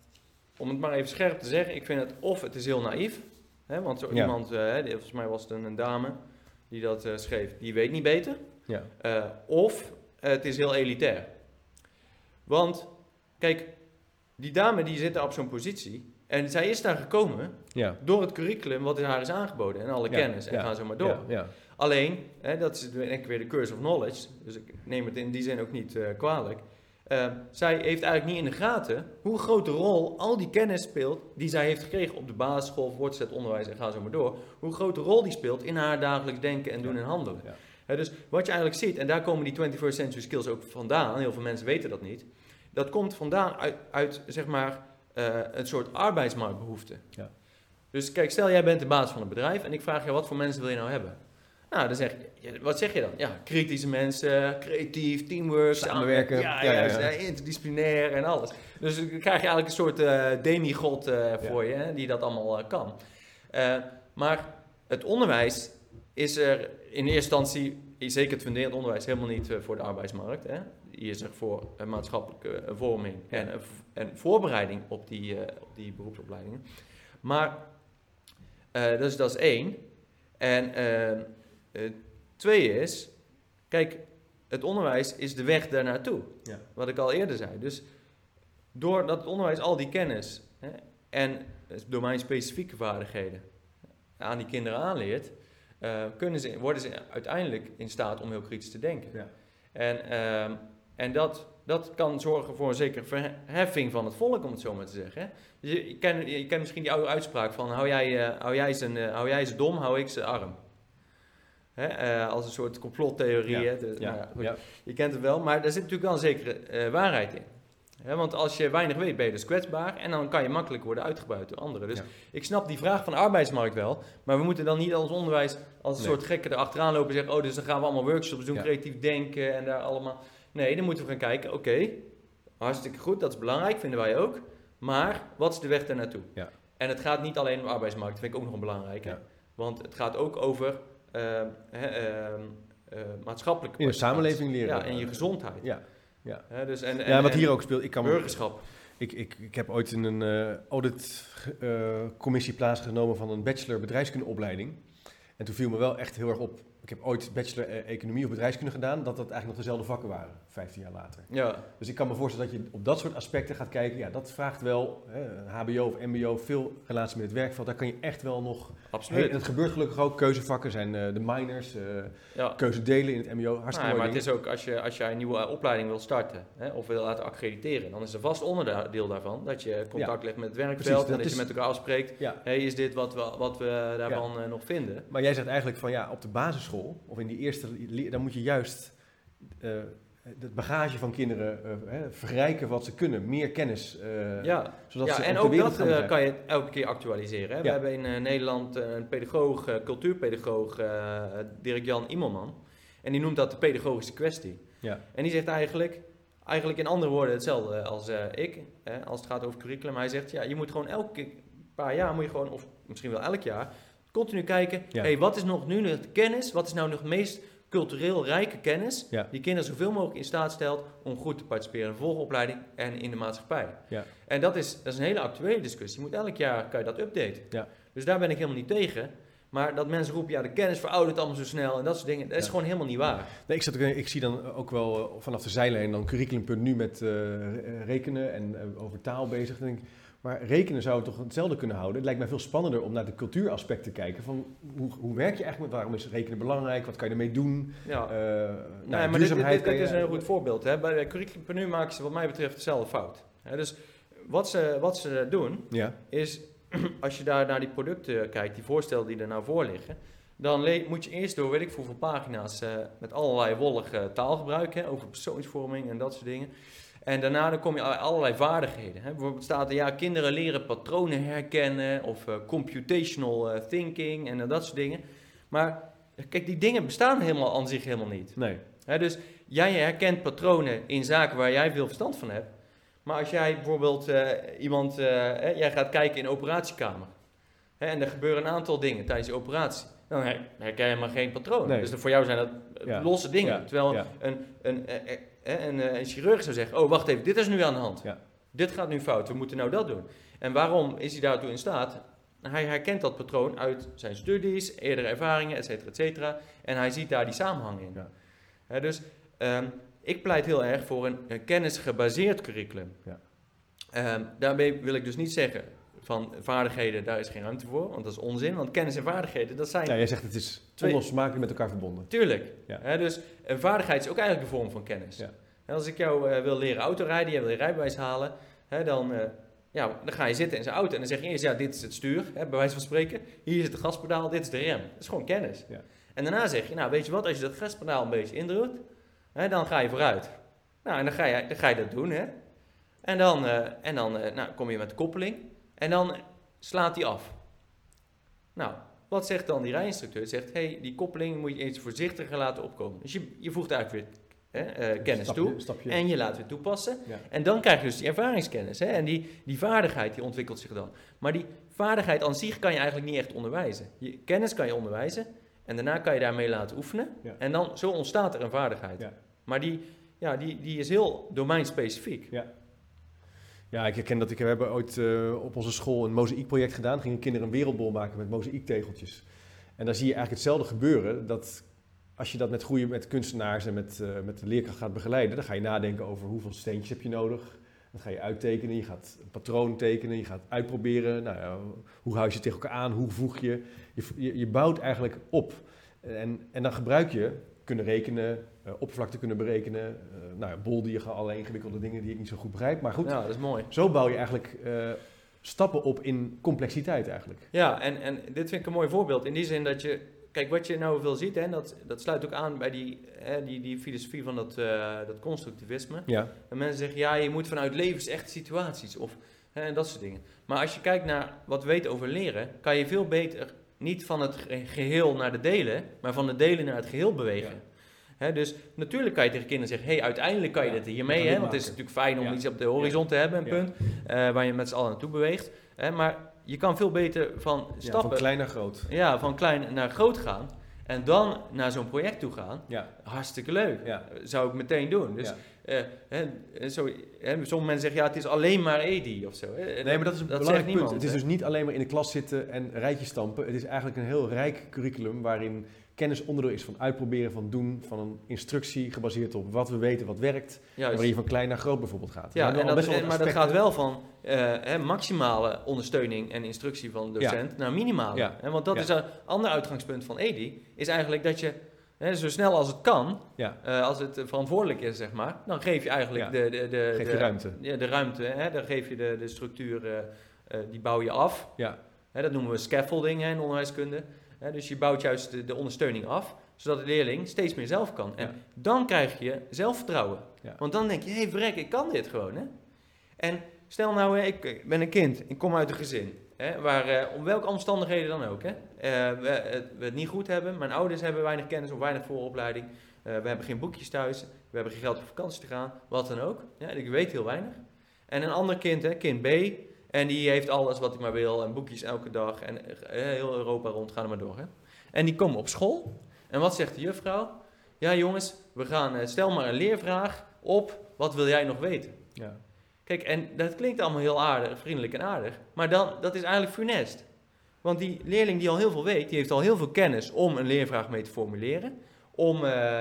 om het maar even scherp te zeggen, ik vind het of het is heel naïef. Hè, want zo Ja. iemand, uh, hè, die- volgens mij was het een, een dame die dat uh, schreef, die weet niet beter. Ja. Uh, of uh, het is heel elitair. Want, kijk, die dame die zit daar op zo'n positie en zij is daar gekomen Ja. door het curriculum wat haar is aangeboden en alle Ja, kennis en ja, gaan zo maar door. Ja, ja. Alleen, hè, dat is denk ik weer de curse of knowledge, dus ik neem het in die zin ook niet uh, kwalijk. Uh, zij heeft eigenlijk niet in de gaten hoe grote rol al die kennis speelt die zij heeft gekregen op de basisschool, voortgezet onderwijs en ga zo maar door. Hoe grote rol die speelt in haar dagelijks denken en doen Ja. en handelen. Ja. Hè, dus wat je eigenlijk ziet, en daar komen die twenty-first century skills ook vandaan, heel veel mensen weten dat niet. Dat komt vandaan uit, uit zeg maar, uh, een soort arbeidsmarktbehoefte. Ja. Dus kijk, stel jij bent de baas van een bedrijf en ik vraag je wat voor mensen wil je nou hebben? Nou, dan zeg je, ja, wat zeg je dan? Ja, kritische mensen, creatief, teamwork, samenwerken. Ja, ja, juist, ja. interdisciplinair en alles. Dus dan krijg je eigenlijk een soort uh, demigod uh, voor ja. je, hè, die dat allemaal uh, kan. Uh, maar het onderwijs is er in eerste instantie, zeker het funderend onderwijs, helemaal niet uh, voor de arbeidsmarkt. Hè. Die is er voor uh, maatschappelijke uh, vorming ja. en, uh, en voorbereiding op die, uh, op die beroepsopleidingen. Maar, uh, dus dat is één. En uh, uh, twee is, kijk, het onderwijs is de weg daar naartoe. Ja. Wat ik al eerder zei. Dus doordat het onderwijs al die kennis hè, en domeinspecifieke vaardigheden aan die kinderen aanleert, uh, kunnen ze, worden ze uiteindelijk in staat om heel kritisch te denken. Ja. En, uh, en dat, dat kan zorgen voor een zekere verheffing van het volk, om het zo maar te zeggen. Hè. Dus je, je, kent, je kent misschien die oude uitspraak van, hou jij, uh, hou jij, zijn, uh, hou jij ze dom, hou ik ze arm. Hè, uh, als een soort complottheorie. Ja, hè, de, ja, nou ja, ja. Je kent het wel, maar daar zit natuurlijk wel een zekere uh, waarheid in. Hè, want als je weinig weet, ben je dus kwetsbaar en dan kan je makkelijk worden uitgebuit door anderen. Dus ja. ik snap die vraag van de arbeidsmarkt wel, maar we moeten dan niet als onderwijs als een nee. soort gekken erachteraan lopen en zeggen, oh, dus dan gaan we allemaal workshops doen, ja. creatief denken en daar allemaal. Nee, dan moeten we gaan kijken, oké, okay, hartstikke goed, dat is belangrijk, vinden wij ook, maar wat is de weg daar naartoe? Ja. En het gaat niet alleen om de arbeidsmarkt, dat vind ik ook nog een belangrijke, ja. want het gaat ook over Uh, he, uh, uh, maatschappelijke in de samenleving leren. Ja, en je gezondheid. Ja, ja. He, dus en, en, ja wat hier ook speelt. Ik kan burgerschap. Ik, ik, ik heb ooit in een uh, auditcommissie uh, plaatsgenomen van een bachelor bedrijfskundeopleiding. En toen viel me wel echt heel erg op. Ik heb ooit bachelor uh, economie of bedrijfskunde gedaan, dat dat eigenlijk nog dezelfde vakken waren, vijftien jaar later. Ja. Dus ik kan me voorstellen dat je op dat soort aspecten gaat kijken. Ja, dat vraagt wel, hè, H B O of M B O, veel relatie met het werkveld. Daar kan je echt wel nog. Absoluut. Hey, en het gebeurt gelukkig ook. Keuzevakken zijn uh, de minors, uh, ja. keuzedelen in het M B O. Hartstikke nou, mooi. Maar het is ook als je, als je een nieuwe opleiding wil starten, hè, of wil laten accrediteren, dan is een vast onderdeel daarvan dat je contact ja. legt met het werkveld. Precies, en dat is... je met elkaar afspreekt. Ja. Hey, is dit wat we, wat we daarvan ja. uh, nog vinden? Maar jij zegt eigenlijk van ja, op de basisschool of in die eerste, dan moet je juist uh, het bagage van kinderen uh, hè, verrijken wat ze kunnen, meer kennis. Uh, ja, zodat ja ze en op de ook dat uh, kan je elke keer actualiseren. Hè? Ja. We hebben in uh, Nederland uh, een pedagoog, uh, cultuurpedagoog, uh, Dirk-Jan Immelman. En die noemt dat de pedagogische kwestie. Ja. En die zegt eigenlijk, eigenlijk in andere woorden hetzelfde als uh, ik, hè, als het gaat over curriculum. Hij zegt, ja, je moet gewoon elke paar jaar, moet je gewoon, of misschien wel elk jaar, continu kijken, ja. hey, wat is nog nu de kennis, wat is nou nog het meest cultureel rijke kennis, ja. die kinderen zoveel mogelijk in staat stelt om goed te participeren in de volgopleiding en in de maatschappij. Ja. En dat is, dat is een hele actuele discussie. Je moet elk jaar kan je dat updaten. Ja. Dus daar ben ik helemaal niet tegen. Maar dat mensen roepen, ja, de kennis veroudert allemaal zo snel en dat soort dingen, dat is ja. gewoon helemaal niet waar. Nee, ik, zat, ik zie dan ook wel uh, vanaf de zijlijn dan curriculum punt nu met uh, rekenen en uh, over taal bezig. Dan denk ik, maar rekenen zou het toch hetzelfde kunnen houden? Het lijkt mij veel spannender om naar de cultuuraspect te kijken. Van hoe, hoe werk je eigenlijk? Waarom is rekenen belangrijk? Wat kan je ermee doen? Ja. Uh, nou, nee, maar dit, dit, dit, dit is een heel goed voorbeeld. Hè? Bij curriculum maken ze wat mij betreft dezelfde fout. Hè? Dus wat ze, wat ze doen, ja. is als je daar naar die producten kijkt, die voorstellen die er nou voor liggen, dan le- moet je eerst door, weet ik hoeveel pagina's uh, met allerlei wollige taal gebruiken, over persoonsvorming en dat soort dingen. En daarna dan kom je allerlei vaardigheden. Hè. Bijvoorbeeld staat er, ja, kinderen leren patronen herkennen of uh, computational uh, thinking en uh, dat soort dingen. Maar kijk, die dingen bestaan helemaal aan zich helemaal niet. Nee. Hè, dus jij herkent patronen in zaken waar jij veel verstand van hebt. Maar als jij bijvoorbeeld uh, iemand, uh, hè, jij gaat kijken in een operatiekamer. Hè, en er gebeuren een aantal dingen tijdens die operatie. Dan herken je maar geen patroon. Nee. Dus voor jou zijn dat ja. losse dingen. Ja. Terwijl ja. een... een, een En een chirurg zou zeggen, oh wacht even, dit is nu aan de hand. Ja. Dit gaat nu fout, we moeten nou dat doen. En waarom is hij daartoe in staat? Hij herkent dat patroon uit zijn studies, eerdere ervaringen, et cetera, et cetera. En hij ziet daar die samenhang in. Ja. He, dus um, ik pleit heel erg voor een, een kennisgebaseerd curriculum. Ja. Um, daarmee wil ik dus niet zeggen van vaardigheden, daar is geen ruimte voor, want dat is onzin. Want kennis en vaardigheden, dat zijn... Ja, jij zegt het is onlosmakelijk met elkaar verbonden. Tuurlijk. Ja. He, dus een vaardigheid is ook eigenlijk een vorm van kennis. Ja. En als ik jou uh, wil leren autorijden, je wil je rijbewijs halen, hè, dan, uh, ja, dan ga je zitten in zijn auto en dan zeg je eerst, ja, dit is het stuur, hè, bij wijze van spreken. Hier is het gaspedaal, dit is de rem. Dat is gewoon kennis. Ja. En daarna zeg je, nou, weet je wat, als je dat gaspedaal een beetje indrukt, hè, dan ga je vooruit. Nou, en dan ga je, dan ga je dat doen, hè. En dan, uh, en dan uh, nou, kom je met de koppeling en dan slaat hij af. Nou, Wat zegt dan die rijinstructeur? Het zegt, hey, die koppeling moet je eens voorzichtiger laten opkomen. Dus je, je voegt eigenlijk weer hè, uh, kennis stapje, toe stapje. en je laat weer toepassen. Ja. En dan krijg je dus die ervaringskennis. Hè? En die, die vaardigheid die ontwikkelt zich dan. Maar die vaardigheid aan zich kan je eigenlijk niet echt onderwijzen. Je kennis kan je onderwijzen en daarna kan je daarmee laten oefenen. Ja. En dan zo ontstaat er een vaardigheid. Ja. Maar die, ja, die, die is heel domeinspecifiek. Ja. Ja, ik herken dat. Ik, we hebben ooit uh, op onze school een mozaïekproject gedaan. Gingen kinderen een wereldbol maken met mozaïektegeltjes. En daar zie je eigenlijk hetzelfde gebeuren. Dat als je dat met goede met kunstenaars en met, uh, met de leerkracht gaat begeleiden, dan ga je nadenken over hoeveel steentjes heb je nodig. Dat ga je uittekenen, je gaat een patroon tekenen, je gaat uitproberen. Nou, ja, hoe hou je ze tegen elkaar aan, hoe voeg je? Je, je, je bouwt eigenlijk op. En, en dan gebruik je kunnen rekenen, uh, oppervlakte kunnen berekenen. Uh, nou ja, boldiagram, allerlei ingewikkelde dingen die ik niet zo goed begrijp. Maar goed, ja, dat is mooi. Zo bouw je eigenlijk uh, stappen op in complexiteit eigenlijk. Ja, en, en dit vind ik een mooi voorbeeld. In die zin dat je, kijk wat je nou veel ziet, hè, dat, dat sluit ook aan bij die, hè, die, die filosofie van dat, uh, dat constructivisme. Ja. En mensen zeggen, ja, je moet vanuit levensechte situaties of hè, en dat soort dingen. Maar als je kijkt naar wat we weten over leren, kan je veel beter niet van het geheel naar de delen, maar van de delen naar het geheel bewegen. Ja. He, dus natuurlijk kan je tegen kinderen zeggen, hey, uiteindelijk kan je ja, dit hiermee, hè, want het is natuurlijk fijn om ja. iets op de horizon ja. te hebben, een ja. punt, uh, waar je met z'n allen naartoe beweegt. Hè, maar je kan veel beter van stappen... Ja, van klein naar groot. Ja, van klein naar groot gaan. En dan naar zo'n project toe gaan. Ja. Hartstikke leuk. Ja. Zou ik meteen doen. Dus ja. uh, hè, zo, hè, sommige mensen zeggen, ja, het is alleen maar E D I of zo. Hè. Nee, maar dat is een dat belangrijk punt. Niemand, het is dus niet alleen maar in de klas zitten en rijtjes stampen. Het is eigenlijk een heel rijk curriculum waarin kennis onderdeel is van uitproberen, van doen, van een instructie gebaseerd op wat we weten, wat werkt. Waarin je van klein naar groot bijvoorbeeld gaat. Ja, en dat, en, maar dat gaat wel van uh, hè, maximale ondersteuning en instructie van de docent ja. naar minimale. Ja. Hè, want dat ja. is een ander uitgangspunt van E D I, is eigenlijk dat je hè, zo snel als het kan, ja. uh, als het verantwoordelijk is, zeg maar, dan geef je eigenlijk ja. de, de, de, geef de, je ruimte. Ja, de ruimte, hè, dan geef je de, de structuur, uh, uh, die bouw je af. Ja. Hè, dat noemen we scaffolding hè, in onderwijskunde. He, dus je bouwt juist de, de ondersteuning af, zodat de leerling steeds meer zelf kan. En ja. dan krijg je zelfvertrouwen. Ja. Want dan denk je, hé hey, verrek, ik kan dit gewoon. Hè? En stel nou, ik ben een kind, ik kom uit een gezin, hè, waar uh, om welke omstandigheden dan ook, hè, uh, we, uh, we het niet goed hebben, mijn ouders hebben weinig kennis of weinig vooropleiding, uh, we hebben geen boekjes thuis, we hebben geen geld om vakantie te gaan, wat dan ook. Ja, ik weet heel weinig. En een ander kind, hè, kind B... En die heeft alles wat hij maar wil en boekjes elke dag en uh, heel Europa rond, gaan er maar door. Hè? En die komen op school. En wat zegt de juffrouw? Ja jongens, we gaan, uh, stel maar een leervraag op, wat wil jij nog weten? Ja. Kijk, en dat klinkt allemaal heel aardig, vriendelijk en aardig. Maar dan, dat is eigenlijk funest. Want die leerling die al heel veel weet, die heeft al heel veel kennis om een leervraag mee te formuleren. Om, uh,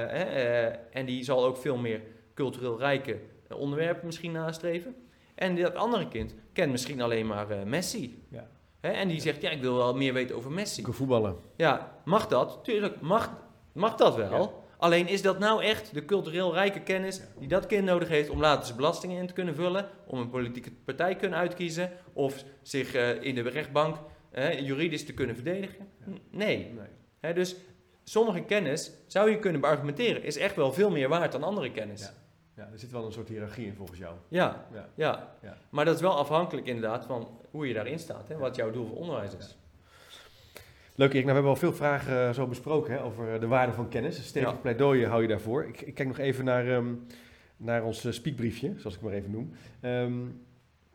uh, uh, en die zal ook veel meer cultureel rijke onderwerpen misschien nastreven. En dat andere kind kent misschien alleen maar uh, Messi. Ja. Hè? En die zegt, ja, ik wil wel meer weten over Messi. Ik wil voetballen. Ja, mag dat? Tuurlijk, mag, mag dat wel. Ja. Alleen is dat nou echt de cultureel rijke kennis die dat kind nodig heeft om later zijn belastingen in te kunnen vullen, om een politieke partij te kunnen uitkiezen, of zich uh, in de rechtbank uh, juridisch te kunnen verdedigen? Ja. Nee. nee. Hè, dus sommige kennis, zou je kunnen beargumenteren, is echt wel veel meer waard dan andere kennis. Ja. Ja, er zit wel een soort hiërarchie in volgens jou. Ja, ja. ja. ja. maar dat is wel afhankelijk inderdaad van hoe je daarin staat, hè, wat jouw doel van onderwijs is. Ja. Leuk Erik, nou, we hebben al veel vragen uh, zo besproken hè, over de waarde van kennis. Een stevig ja. pleidooi hou je daarvoor. Ik, ik kijk nog even naar, um, naar ons uh, speakbriefje, zoals ik het maar even noem. Um,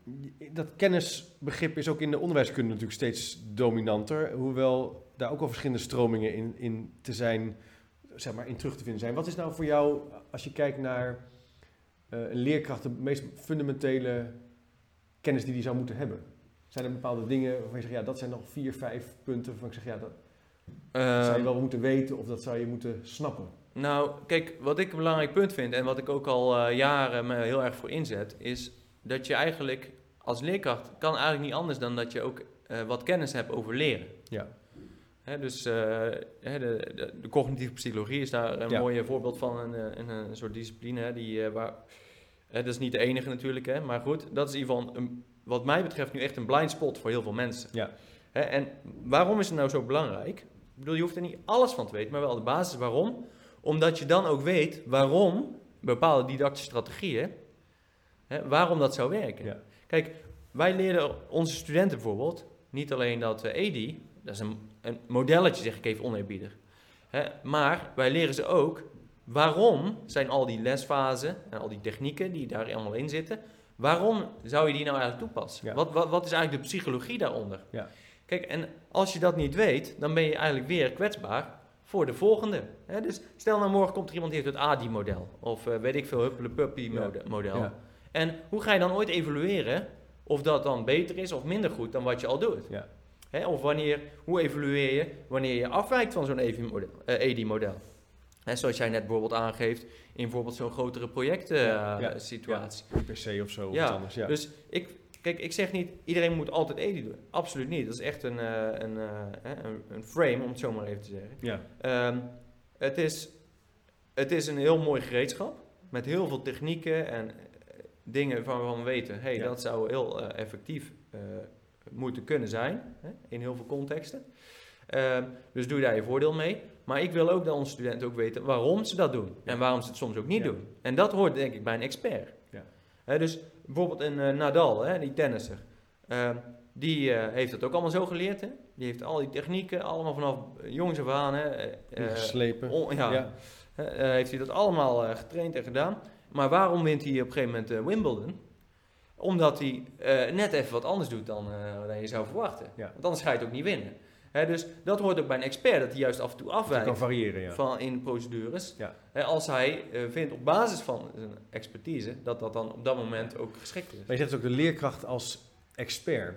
dat kennisbegrip is ook in de onderwijskunde natuurlijk steeds dominanter, hoewel daar ook al verschillende stromingen in, in te zijn, zeg maar, in terug te vinden zijn. Wat is nou voor jou, als je kijkt naar Uh, een leerkracht de meest fundamentele kennis die die zou moeten hebben? Zijn er bepaalde dingen waarvan je zegt, ja, dat zijn nog vier, vijf punten waarvan ik zeg, ja, dat, uh, dat zou je wel moeten weten of dat zou je moeten snappen? Nou, kijk, wat ik een belangrijk punt vind en wat ik ook al uh, jaren me heel erg voor inzet, is dat je eigenlijk als leerkracht kan eigenlijk niet anders dan dat je ook uh, wat kennis hebt over leren. Ja. He, dus uh, he, de, de, de cognitieve psychologie is daar een ja. mooi voorbeeld van, een, een, een soort discipline. Hè, die, uh, waar, hè, dat is niet de enige natuurlijk, hè, maar goed, dat is in ieder geval, een, wat mij betreft, nu echt een blind spot voor heel veel mensen. Ja. He, en waarom is het nou zo belangrijk? Ik bedoel, je hoeft er niet alles van te weten, maar wel de basis waarom. Omdat je dan ook weet waarom bepaalde didactische strategieën, hè, waarom dat zou werken. Ja. Kijk, wij leren onze studenten bijvoorbeeld, niet alleen dat uh, E D I, dat is een een modelletje, zeg ik even oneerbiedig. Hè? Maar wij leren ze ook, waarom zijn al die lesfasen en al die technieken die daar allemaal in zitten, waarom zou je die nou eigenlijk toepassen? Ja. Wat, wat, wat is eigenlijk de psychologie daaronder? Ja. Kijk, en als je dat niet weet, dan ben je eigenlijk weer kwetsbaar voor de volgende. Hè? Dus stel nou morgen komt er iemand die heeft het A D I-model. Of uh, weet ik veel, Huppele-Puppy-model. Ja. En hoe ga je dan ooit evalueren of dat dan beter is of minder goed dan wat je al doet? Ja. Hè? Of wanneer, hoe evalueer je wanneer je afwijkt van zo'n E D I-model? En zoals jij net bijvoorbeeld aangeeft in bijvoorbeeld zo'n grotere projectsituatie. Ja, ja. I P C of zo, of ja. iets anders. Ja. Dus ik, kijk, ik zeg niet, iedereen moet altijd E D I doen. Absoluut niet. Dat is echt een, uh, een, uh, een, een frame, om het zo maar even te zeggen. Ja. Um, het, is, het is een heel mooi gereedschap met heel veel technieken en uh, dingen waarvan we weten, hey, ja. dat zou heel uh, effectief uh, moeten kunnen zijn, hè, in heel veel contexten. Um, dus doe daar je voordeel mee. Maar ik wil ook dat onze studenten ook weten waarom ze dat doen. Ja. En waarom ze het soms ook niet ja. doen. En dat hoort denk ik bij een expert. Ja. He, dus bijvoorbeeld een uh, Nadal, hè, die tennisser. Uh, die uh, heeft dat ook allemaal zo geleerd. Hè? Die heeft al die technieken allemaal vanaf jongs af aan. Hè, uh, geslepen. On, ja, ja. Uh, heeft hij dat allemaal uh, getraind en gedaan. Maar waarom wint hij op een gegeven moment uh, Wimbledon? Omdat hij uh, net even wat anders doet dan, uh, dan je zou verwachten. Ja. Want anders ga je het ook niet winnen. He, dus dat hoort ook bij een expert, dat hij juist af en toe afwijkt kan variëren, ja. van in procedures. Ja. He, als hij uh, vindt op basis van zijn expertise, dat dat dan op dat moment ook geschikt is. Maar je zegt ook de leerkracht als expert.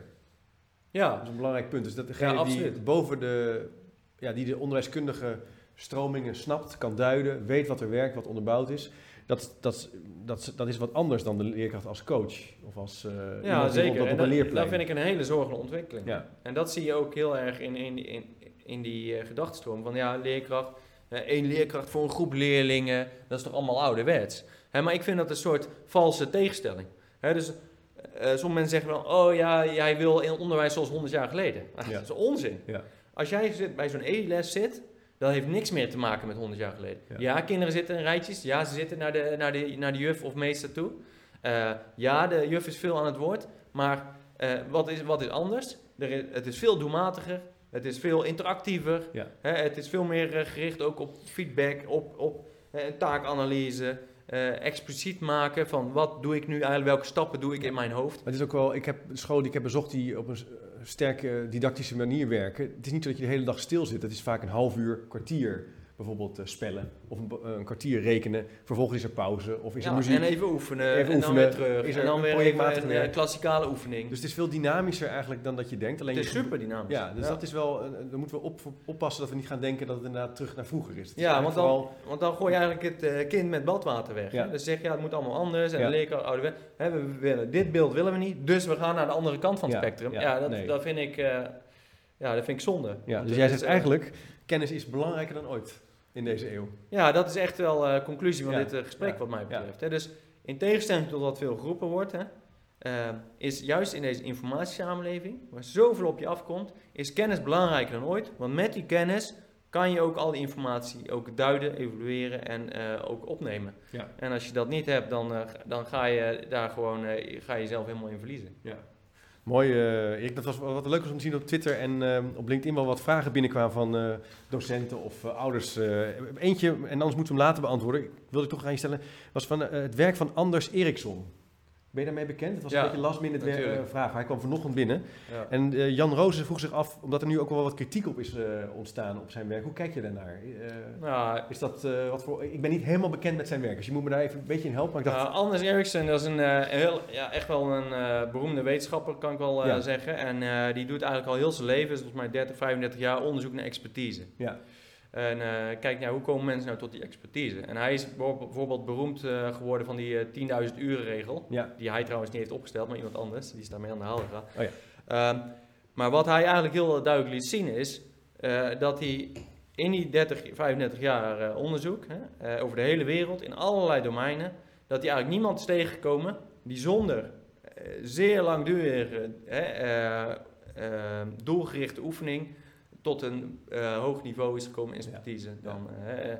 Ja. Dat is een belangrijk punt. Dus dat degene ja, die boven de, ja, die de onderwijskundige stromingen snapt, kan duiden, weet wat er werkt, wat onderbouwd is. Dat, dat, dat, dat is wat anders dan de leerkracht als coach of als uh, ja, zeker. Op, op en een dat, dat vind ik een hele zorgelijke ontwikkeling. Ja. En dat zie je ook heel erg in, in, in, in die uh, gedachtenstroom van ja, leerkracht, uh, één leerkracht voor een groep leerlingen, dat is toch allemaal ouderwets. Hè, maar ik vind dat een soort valse tegenstelling. Hè, dus uh, sommige mensen zeggen dan, oh ja, jij wil in het onderwijs zoals honderd jaar geleden. Ach, ja. Dat is onzin. Ja. Als jij zit, bij zo'n E D I-les zit, dat heeft niks meer te maken met honderd jaar geleden. Ja, ja kinderen zitten in rijtjes. Ja, ze zitten naar de, naar de, naar de juf of meester toe. Uh, ja, de juf is veel aan het woord. Maar uh, wat, is, wat is anders? Er is, het is veel doelmatiger. Het is veel interactiever. Ja. Hè, het is veel meer uh, gericht ook op feedback, op, op uh, taakanalyse. Uh, expliciet maken van wat doe ik nu eigenlijk, welke stappen doe ik ja. in mijn hoofd. Maar het is ook wel, ik heb scholen die ik heb bezocht die op een sterke didactische manier werken. Het is niet zo dat je de hele dag stil zit. Het is vaak een half uur, kwartier bijvoorbeeld uh, spellen of een, uh, een kwartier rekenen. Vervolgens is er pauze of is ja, er muziek. En even oefenen even en oefenen. Dan weer terug. Is er en dan een weer even een uh, klassikale oefening. Dus het is veel dynamischer eigenlijk dan dat je denkt. Alleen het is je, super dynamisch. Ja, dus ja. dat is wel, uh, dan moeten we op, oppassen dat we niet gaan denken dat het inderdaad terug naar vroeger is. Ja, want dan, vooral... want dan gooi je eigenlijk het uh, kind met badwater weg. Ja. Dus zeg je, ja, het moet allemaal anders. En ja. de leerkracht, ouderwet, hè, we willen, dit beeld willen we niet, dus we gaan naar de andere kant van het ja. spectrum. Ja, ja dat, nee. dat vind ik... Uh, Ja, dat vind ik zonde. Ja, dus jij zegt uh, eigenlijk, kennis is belangrijker dan ooit in deze eeuw. Ja, dat is echt wel de uh, conclusie van ja. dit uh, gesprek ja. wat mij betreft. Ja. Hè. Dus in tegenstelling tot wat veel geroepen wordt, hè, uh, is juist in deze informatiesamenleving, waar zoveel op je afkomt, is kennis belangrijker dan ooit. Want met die kennis kan je ook al die informatie ook duiden, evalueren en uh, ook opnemen. Ja. En als je dat niet hebt, dan, uh, dan ga je daar gewoon uh, ga je jezelf helemaal in verliezen. Ja. Mooi, uh, Erik. Dat was wat leuk was om te zien op Twitter en uh, op LinkedIn wel wat vragen binnenkwamen van uh, docenten of uh, ouders. Uh, eentje, en anders moeten we hem later beantwoorden, ik wilde toch aan je stellen, was van uh, het werk van Anders Eriksson. Ben je daarmee bekend? Het was ja, een beetje last minute uh, vraag. Hij kwam vanochtend binnen. Ja. En uh, Jan Rozen vroeg zich af, omdat er nu ook wel wat kritiek op is uh, ontstaan op zijn werk. Hoe kijk je daarnaar? Uh, nou, is dat, uh, wat voor, ik ben niet helemaal bekend met zijn werk, dus je moet me daar even een beetje in helpen. Maar ik dacht... uh, Anders Eriksson, dat is een, uh, heel, ja, echt wel een uh, beroemde wetenschapper, kan ik wel uh, ja. zeggen. En uh, die doet eigenlijk al heel zijn leven, volgens mij dertig, vijfendertig jaar, onderzoek naar expertise. Ja. En uh, kijk, nou, hoe komen mensen nou tot die expertise? En hij is bijvoorbeeld beroemd uh, geworden van die uh, tienduizend uren regel. Ja. Die hij trouwens niet heeft opgesteld, maar iemand anders. Die is daarmee aan de haal gegaan. Oh ja. um, maar wat hij eigenlijk heel duidelijk liet zien is... Uh, dat hij in die dertig, vijfendertig jaar uh, onderzoek... Hè, uh, over de hele wereld, in allerlei domeinen... dat hij eigenlijk niemand is tegengekomen... die zonder uh, zeer langdurige uh, uh, uh, doelgerichte oefening... tot een uh, hoog niveau is gekomen in expertise. Ja. Dan, uh,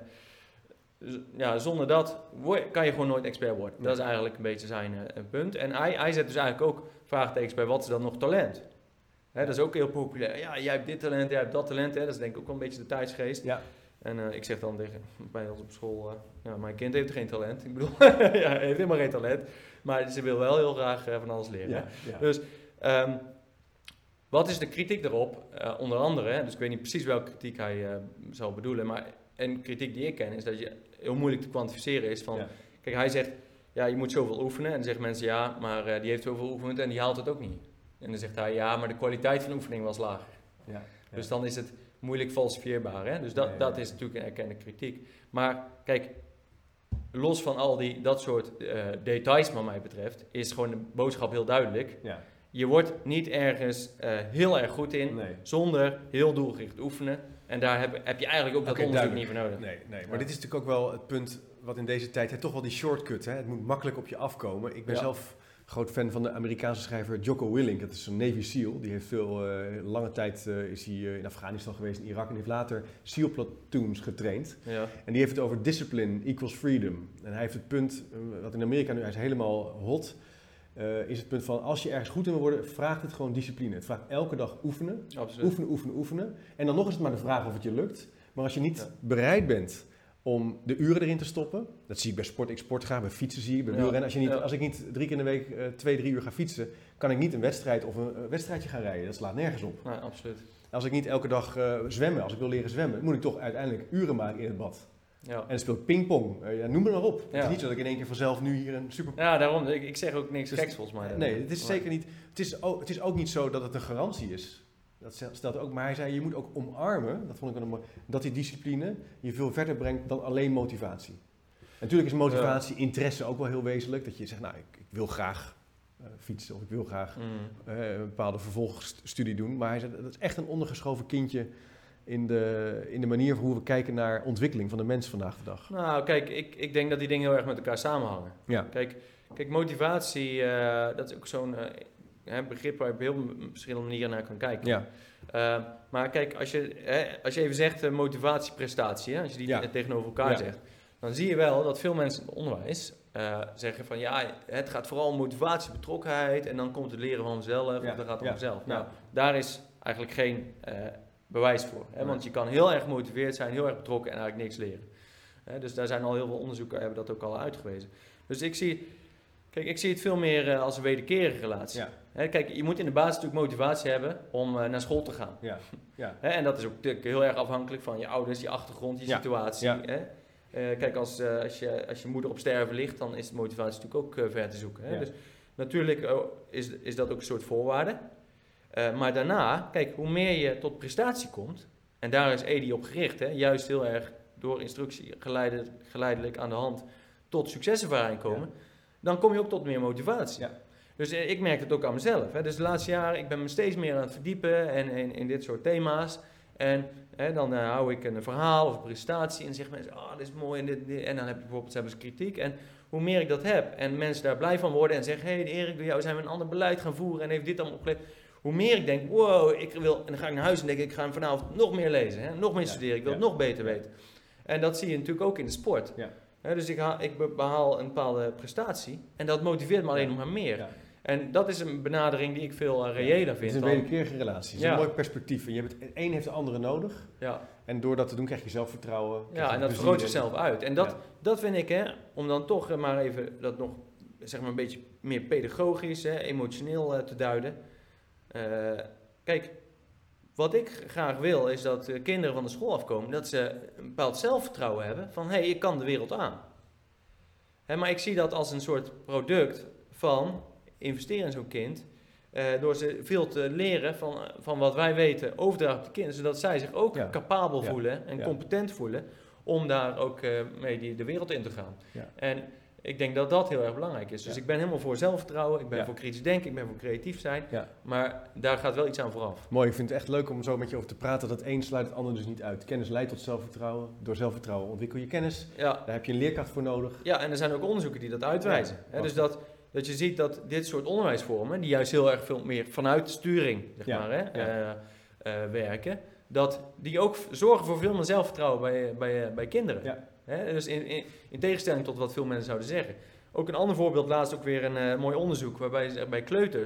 z- ja, zonder dat kan je gewoon nooit expert worden. Ja. Dat is eigenlijk een beetje zijn uh, punt. En hij, hij zet dus eigenlijk ook vraagtekens bij wat is dan nog talent. Hè, dat is ook heel populair. Ja, jij hebt dit talent, jij hebt dat talent. Hè. Dat is denk ik ook wel een beetje de tijdsgeest. Ja. En uh, ik zeg dan tegen bij ons op school, uh, ja, mijn kind heeft geen talent. Ik bedoel, ja, hij heeft helemaal geen talent. Maar ze wil wel heel graag uh, van alles leren. Ja, ja. Dus um, wat is de kritiek daarop? Uh, onder andere, hè, dus ik weet niet precies welke kritiek hij uh, zou bedoelen. Maar een kritiek die ik ken is dat je heel moeilijk te kwantificeren is van... Ja. Kijk, hij zegt, ja, je moet zoveel oefenen. En dan zeggen mensen, ja, maar uh, die heeft zoveel oefend en die haalt het ook niet. En dan zegt hij, ja, maar de kwaliteit van de oefening was lager. Ja, ja. Dus dan is het moeilijk falsifieerbaar. Hè? Dus dat, nee, dat nee. is natuurlijk een erkende kritiek. Maar kijk, los van al die, dat soort uh, details wat mij betreft, is gewoon de boodschap heel duidelijk. Ja. Je wordt niet ergens uh, heel erg goed in, nee. zonder heel doelgericht oefenen. En daar heb, heb je eigenlijk ook dat okay, onderzoek duidelijk. niet voor nodig. Nee, nee. maar ja. dit is natuurlijk ook wel het punt wat in deze tijd, hè, toch wel die shortcut. Hè? Het moet makkelijk op je afkomen. Ik ben ja. zelf... groot fan van de Amerikaanse schrijver Jocko Willink. Dat is een Navy SEAL. Die heeft veel, uh, lange tijd uh, is hij uh, in Afghanistan geweest, in Irak. En heeft later SEAL platoons getraind. Ja. En die heeft het over discipline equals freedom. En hij heeft het punt, uh, wat in Amerika nu hij is helemaal hot, uh, is het punt van als je ergens goed in wil worden, vraagt het gewoon discipline. Het vraagt elke dag oefenen. Absoluut. Oefenen, oefenen, oefenen. En dan nog is het maar de vraag of het je lukt. Maar als je niet ja. bereid bent om de uren erin te stoppen. Dat zie ik bij sport. Ik sport graag, bij fietsen zie ik, bij wielrennen. Ja, als, je niet, ja. als ik niet drie keer in de week uh, twee, drie uur ga fietsen, kan ik niet een wedstrijd of een uh, wedstrijdje gaan rijden. Dat slaat nergens op. Ja, absoluut. Als ik niet elke dag uh, zwemmen, als ik wil leren zwemmen, moet ik toch uiteindelijk uren maken in het bad. Ja. En dan speel ik pingpong. Uh, ja, noem het maar op. Ja. Het is niet zo dat ik in één keer vanzelf nu hier een super... Ja, daarom. Ik, ik zeg ook niks dus, geks volgens mij. Uh, nee, het is zeker niet... Het is, ook, het is ook niet zo dat het een garantie is. Dat stelt ook, maar hij zei, je moet ook omarmen, dat vond ik wel mooi, dat die discipline je veel verder brengt dan alleen motivatie. En natuurlijk is motivatie, ja. interesse ook wel heel wezenlijk. Dat je zegt, nou, ik, ik wil graag uh, fietsen of ik wil graag mm. uh, een bepaalde vervolgstudie doen. Maar hij zei, dat is echt een ondergeschoven kindje in de, in de manier hoe we kijken naar ontwikkeling van de mens vandaag de dag. Nou, kijk, ik, ik denk dat die dingen heel erg met elkaar samenhangen. Ja. Kijk, kijk, motivatie, uh, dat is ook zo'n... Uh, He, begrip waar je op heel verschillende manieren naar kan kijken. Ja. Uh, maar kijk, als je, hè, als je even zegt uh, motivatie, prestatie, hè, als je die ja. tegenover elkaar ja. zegt, dan zie je wel dat veel mensen in het onderwijs uh, zeggen van ja, het gaat vooral om motivatie, betrokkenheid en dan komt het leren van mezelf ja. of dat gaat om ja. mezelf. Nou, ja. daar is eigenlijk geen uh, bewijs voor. Hè, want je kan heel erg gemotiveerd zijn, heel erg betrokken en eigenlijk niks leren. Hè, dus daar zijn al heel veel onderzoeken, hebben dat ook al uitgewezen. Dus ik zie... Kijk, ik zie het veel meer uh, als een wederkerige relatie. Ja. Hè, kijk, je moet in de basis natuurlijk motivatie hebben om uh, naar school te gaan. Ja. Ja. Hè, en dat is ook natuurlijk heel erg afhankelijk van je ouders, je achtergrond, je ja. situatie. Ja. Hè? Uh, kijk, als, uh, als, je, als je moeder op sterven ligt, dan is de motivatie natuurlijk ook uh, ver te zoeken. Hè? Ja. Dus natuurlijk uh, is, is dat ook een soort voorwaarde. Uh, maar daarna, kijk, hoe meer je tot prestatie komt, en daar is E D I op gericht, hè, juist heel erg door instructie geleidelijk, geleidelijk aan de hand tot succeservaring komen... Ja. Dan kom je ook tot meer motivatie. Ja. Dus eh, ik merk het ook aan mezelf. Hè. Dus de laatste jaren, ik ben me steeds meer aan het verdiepen en, in, in dit soort thema's. En hè, dan uh, hou ik een verhaal of een presentatie en dan zeggen mensen, oh, dit is mooi en dit, dit. En dan heb je bijvoorbeeld hebben ze kritiek. En hoe meer ik dat heb en mensen daar blij van worden en zeggen, hé hey, Erik, door jou zijn we een ander beleid gaan voeren en heeft dit allemaal opgelet. Hoe meer ik denk, wow, ik wil, en dan ga ik naar huis en denk ik, ik ga vanavond nog meer lezen, hè, nog meer ja. studeren, ik wil ja. het nog beter weten. En dat zie je natuurlijk ook in de sport. Ja. He, dus ik, haal, ik behaal een bepaalde prestatie en dat motiveert me alleen nog maar meer. Ja. En dat is een benadering die ik veel uh, reëler ja, vind. Het is een wederkerige relatie. Het is ja. een mooi perspectief. En je hebt het, een heeft de andere nodig. Ja. En door dat te doen krijg je zelfvertrouwen. Ja, en dat vergroot jezelf uit. En dat, ja. dat vind ik, hè, om dan toch uh, maar even dat nog zeg maar een beetje meer pedagogisch, hè, emotioneel uh, te duiden. Uh, kijk, wat ik graag wil is dat uh, kinderen van de school afkomen, dat ze een bepaald zelfvertrouwen hebben van hé, hey, ik kan de wereld aan. Hè, maar ik zie dat als een soort product van investeren in zo'n kind, uh, door ze veel te leren van, van wat wij weten, overdragen op de kinderen, zodat zij zich ook ja. capabel ja. voelen en ja. competent voelen om daar ook uh, mee die, de wereld in te gaan. Ja. En ik denk dat dat heel erg belangrijk is. Dus ja. ik ben helemaal voor zelfvertrouwen, ik ben ja. voor kritisch denken, ik ben voor creatief zijn. Ja. Maar daar gaat wel iets aan vooraf. Mooi, ik vind het echt leuk om zo met je over te praten. Dat een sluit het ander dus niet uit. Kennis leidt tot zelfvertrouwen. Door zelfvertrouwen ontwikkel je kennis. Ja. Daar heb je een leerkracht voor nodig. Ja, en er zijn ook onderzoeken die dat uitwijzen. Ja. He, dus dat, dat je ziet dat dit soort onderwijsvormen, die juist heel erg veel meer vanuit sturing zeg ja. maar, hè, ja. uh, uh, werken, dat die ook zorgen voor veel meer zelfvertrouwen bij, bij, bij kinderen. Ja. He, dus in, in, in tegenstelling tot wat veel mensen zouden zeggen. Ook een ander voorbeeld, laatst ook weer een uh, mooi onderzoek waarbij bij kleuters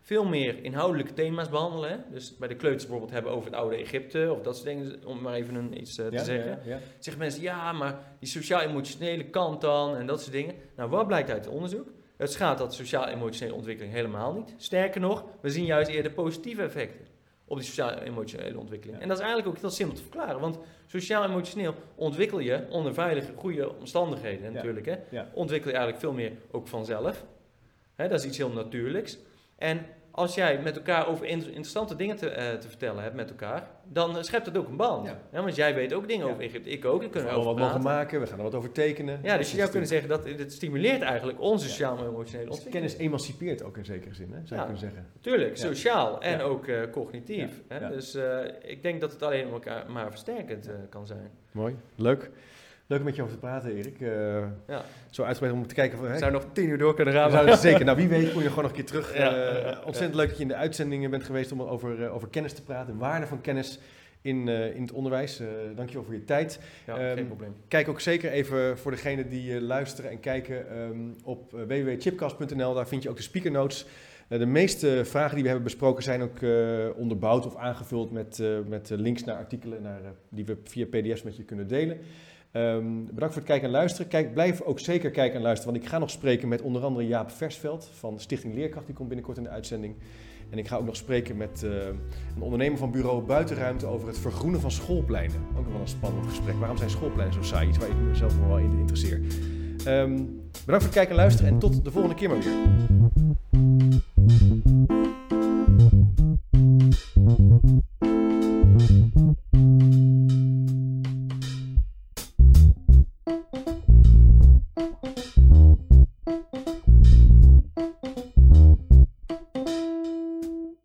veel meer inhoudelijke thema's behandelen. Hè? Dus bij de kleuters bijvoorbeeld hebben over het oude Egypte of dat soort dingen, om maar even een, iets uh, te ja, zeggen. Ja, ja. Zeggen mensen, ja, maar die sociaal-emotionele kant dan en dat soort dingen. Nou, wat blijkt uit het onderzoek? Het schaadt dat sociaal-emotionele ontwikkeling helemaal niet. Sterker nog, we zien juist eerder positieve effecten op die sociaal-emotionele ontwikkeling. Ja. En dat is eigenlijk ook heel simpel te verklaren, want sociaal-emotioneel ontwikkel je onder veilige, goede omstandigheden ja. natuurlijk. Hè? Ja. Ontwikkel je eigenlijk veel meer ook vanzelf. Hè, dat is iets heel natuurlijks. En als jij met elkaar over interessante dingen te, uh, te vertellen hebt met elkaar, dan schept het ook een band. Ja. Ja, want jij weet ook dingen ja. over Egypte, ik ook. Ik kunnen we wat mogen maken, we gaan er wat over tekenen. Ja, dus je zou kunnen zeggen dat het stimuleert eigenlijk onze sociaal-emotionele ja. ontwikkeling. Kennis emancipeert ook in zekere zin, hè, zou je ja, kunnen zeggen. Tuurlijk, ja. sociaal en ja. ook uh, cognitief. Ja. Hè? Ja. Dus uh, ik denk dat het alleen elkaar maar versterkend uh, kan zijn. Mooi, leuk. Leuk om met je over te praten, Erik. Uh, ja. Zo uitgebreid om te kijken. Van, we zouden nog tien uur door kunnen gaan. Zouden, zeker. Nou, wie weet kom je gewoon nog een keer terug. Ja, uh, ja, ontzettend ja. leuk dat je in de uitzendingen bent geweest om over, uh, over kennis te praten. De waarde van kennis in, uh, in het onderwijs. Uh, dankjewel voor je tijd. Ja, um, geen probleem. Kijk ook zeker even voor degenen die uh, luisteren en kijken um, op uh, w w w punt chipcast punt n l. Daar vind je ook de speaker notes. Uh, de meeste vragen die we hebben besproken zijn ook uh, onderbouwd of aangevuld met, uh, met uh, links naar artikelen naar, uh, die we via P D F's met je kunnen delen. Um, bedankt voor het kijken en luisteren. Kijk, blijf ook zeker kijken en luisteren, want ik ga nog spreken met onder andere Jaap Versveld van Stichting Leerkracht. Die komt binnenkort in de uitzending. En ik ga ook nog spreken met uh, een ondernemer van bureau Buitenruimte over het vergroenen van schoolpleinen. Ook nog wel een spannend gesprek. Waarom zijn schoolpleinen zo saai? Iets waar ik mezelf nog wel in interesseer. Um, bedankt voor het kijken en luisteren en tot de volgende keer maar weer.